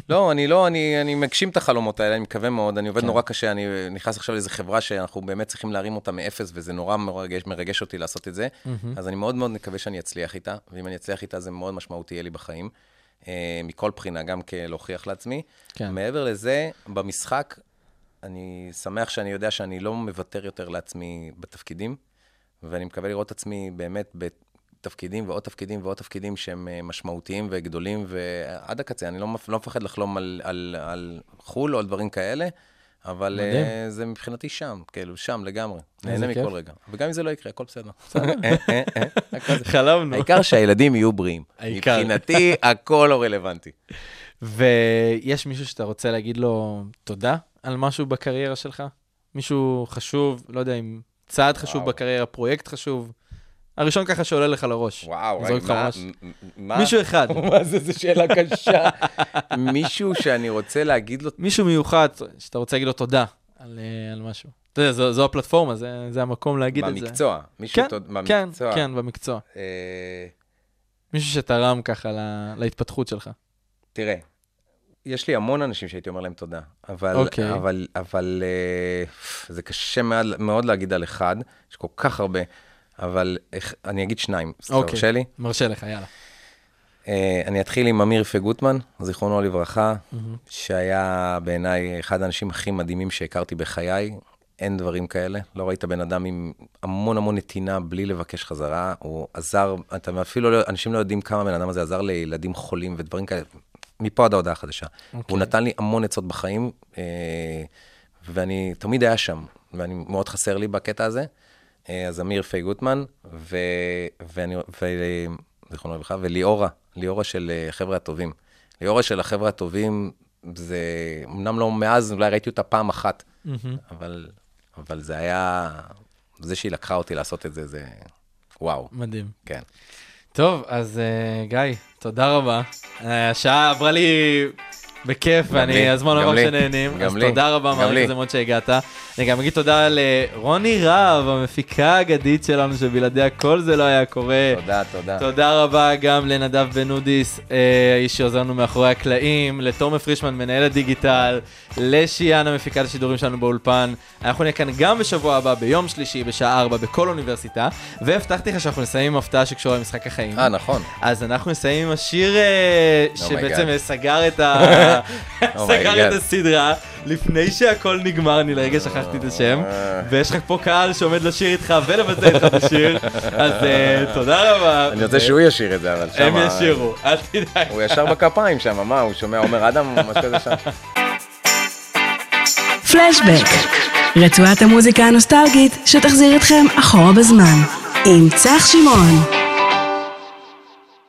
לא, אני מגשים את החלומות האלה, אני מקווה מאוד, אני עובד נורא קשה, אני נכנס עכשיו לאיזו חברה שאנחנו באמת צריכים להרים אותה מאפס, וזה נורא מרגש אותי לעשות את זה, אז אני מאוד מאוד מקווה שאני אצליח איתה, ואם אני אצליח איתה זה מאוד משמעותי יהיה לי בחיים, מכל בחינה, גם כלהוכיח לעצמי. מעבר לזה, במשחק, אני שמח שאני יודע שאני לא מוותר יותר לעצמי בתפקידים, ואני מקווה לראות את עצמי באמת תפקידים ועוד תפקידים ועוד תפקידים שהם משמעותיים וגדולים, ועד הקצה, אני לא מפחד לחלום על חול או על דברים כאלה, אבל זה מבחינתי שם, כאילו, שם לגמרי, נהנה מכל רגע. וגם אם זה לא יקרה, הכל בסדר. חלמנו. העיקר שהילדים יהיו בריאים. מבחינתי, הכל לא רלוונטי. ויש מישהו שאתה רוצה להגיד לו תודה על משהו בקריירה שלך? מישהו חשוב, לא יודע אם צעד חשוב בקריירה, פרויקט חשוב? הראשון ככה שעולה לך לראש. וואו, מה? מישהו אחד. מה זה, זו שאלה קשה. מישהו שאני רוצה להגיד לו... מישהו מיוחד שאתה רוצה להגיד לו תודה על משהו. אתה יודע, זו הפלטפורמה, זה המקום להגיד את זה. במקצוע. כן, במקצוע. מישהו שתרם ככה להתפתחות שלך. תראה, יש לי המון אנשים שהייתי אומר להם תודה, אבל זה קשה מאוד להגיד על אחד, יש כל כך הרבה. אבל אני אגיד שניים, תרשה לי? מרשה לך, יאללה. אני אתחיל עם אמיר פגוטמן, זיכרונו לברכה, שהיה בעיניי אחד האנשים הכי מדהימים שהכרתי בחיי, אין דברים כאלה, לא ראית בן אדם עם המון המון נתינה בלי לבקש חזרה, הוא עזר, אפילו אנשים לא יודעים כמה בן אדם הזה עזר לילדים חולים ודברים כאלה, מפה עד ההודעה החדשה. הוא נתן לי המון עצות בחיים, ואני תמיד היה שם, ואני מאוד חסר לי בקטע הזה, אז אמיר פגוטמן, זיכרונו לברכה, וליאורה של החבר'ה הטובים. ליאורה של החבר'ה הטובים, זה, אמנם לא מאז, אולי ראיתי אותה פעם אחת, אבל זה היה, זה שהיא לקחה אותי לעשות את זה, זה וואו. מדהים. כן. טוב, אז גיא, תודה רבה. השעה עברה לי בכיף, ואני הזמן עבר שנהנים, אז תודה רבה, מעריך זה מאוד שהגעת. אני גם אגיד תודה לרוני רב, המפיקה האגדית שלנו, שבלעדיה כל זה לא היה קורה. תודה. תודה רבה גם לנדב בנודיס, האיש שעוזר לנו מאחורי הקלעים, לתומר פרישמן, מנהל הדיגיטל, לשיאן, המפיקה לשידורים שלנו באולפן. אנחנו נהיה כאן גם בשבוע הבא, ביום שלישי, בשעה 4, בכל אוניברסיטה, והבטחתי לך שאנחנו נסיים עם הפתעה שקשורה למשחק החיים. נכון. אז אנחנו נסיים עם השיר שבעצם סגר את הסדרה, לפני שהכל נגמר, אני לרגע שכחתי את השם, ויש לך פה קהל שעומד לשיר איתך ולבצע איתך את השיר, אז תודה רבה. אני רוצה שהוא ישיר את זה, אבל שם... הם ישירו, אל תדאג. הוא ישר בכפיים שם, מה? הוא שומע, אומר אדם, משהו כזה שם. פלשבק, רצועת המוזיקה הנוסטלגית שתחזיר אתכם אחורה בזמן, עם צח שמעון.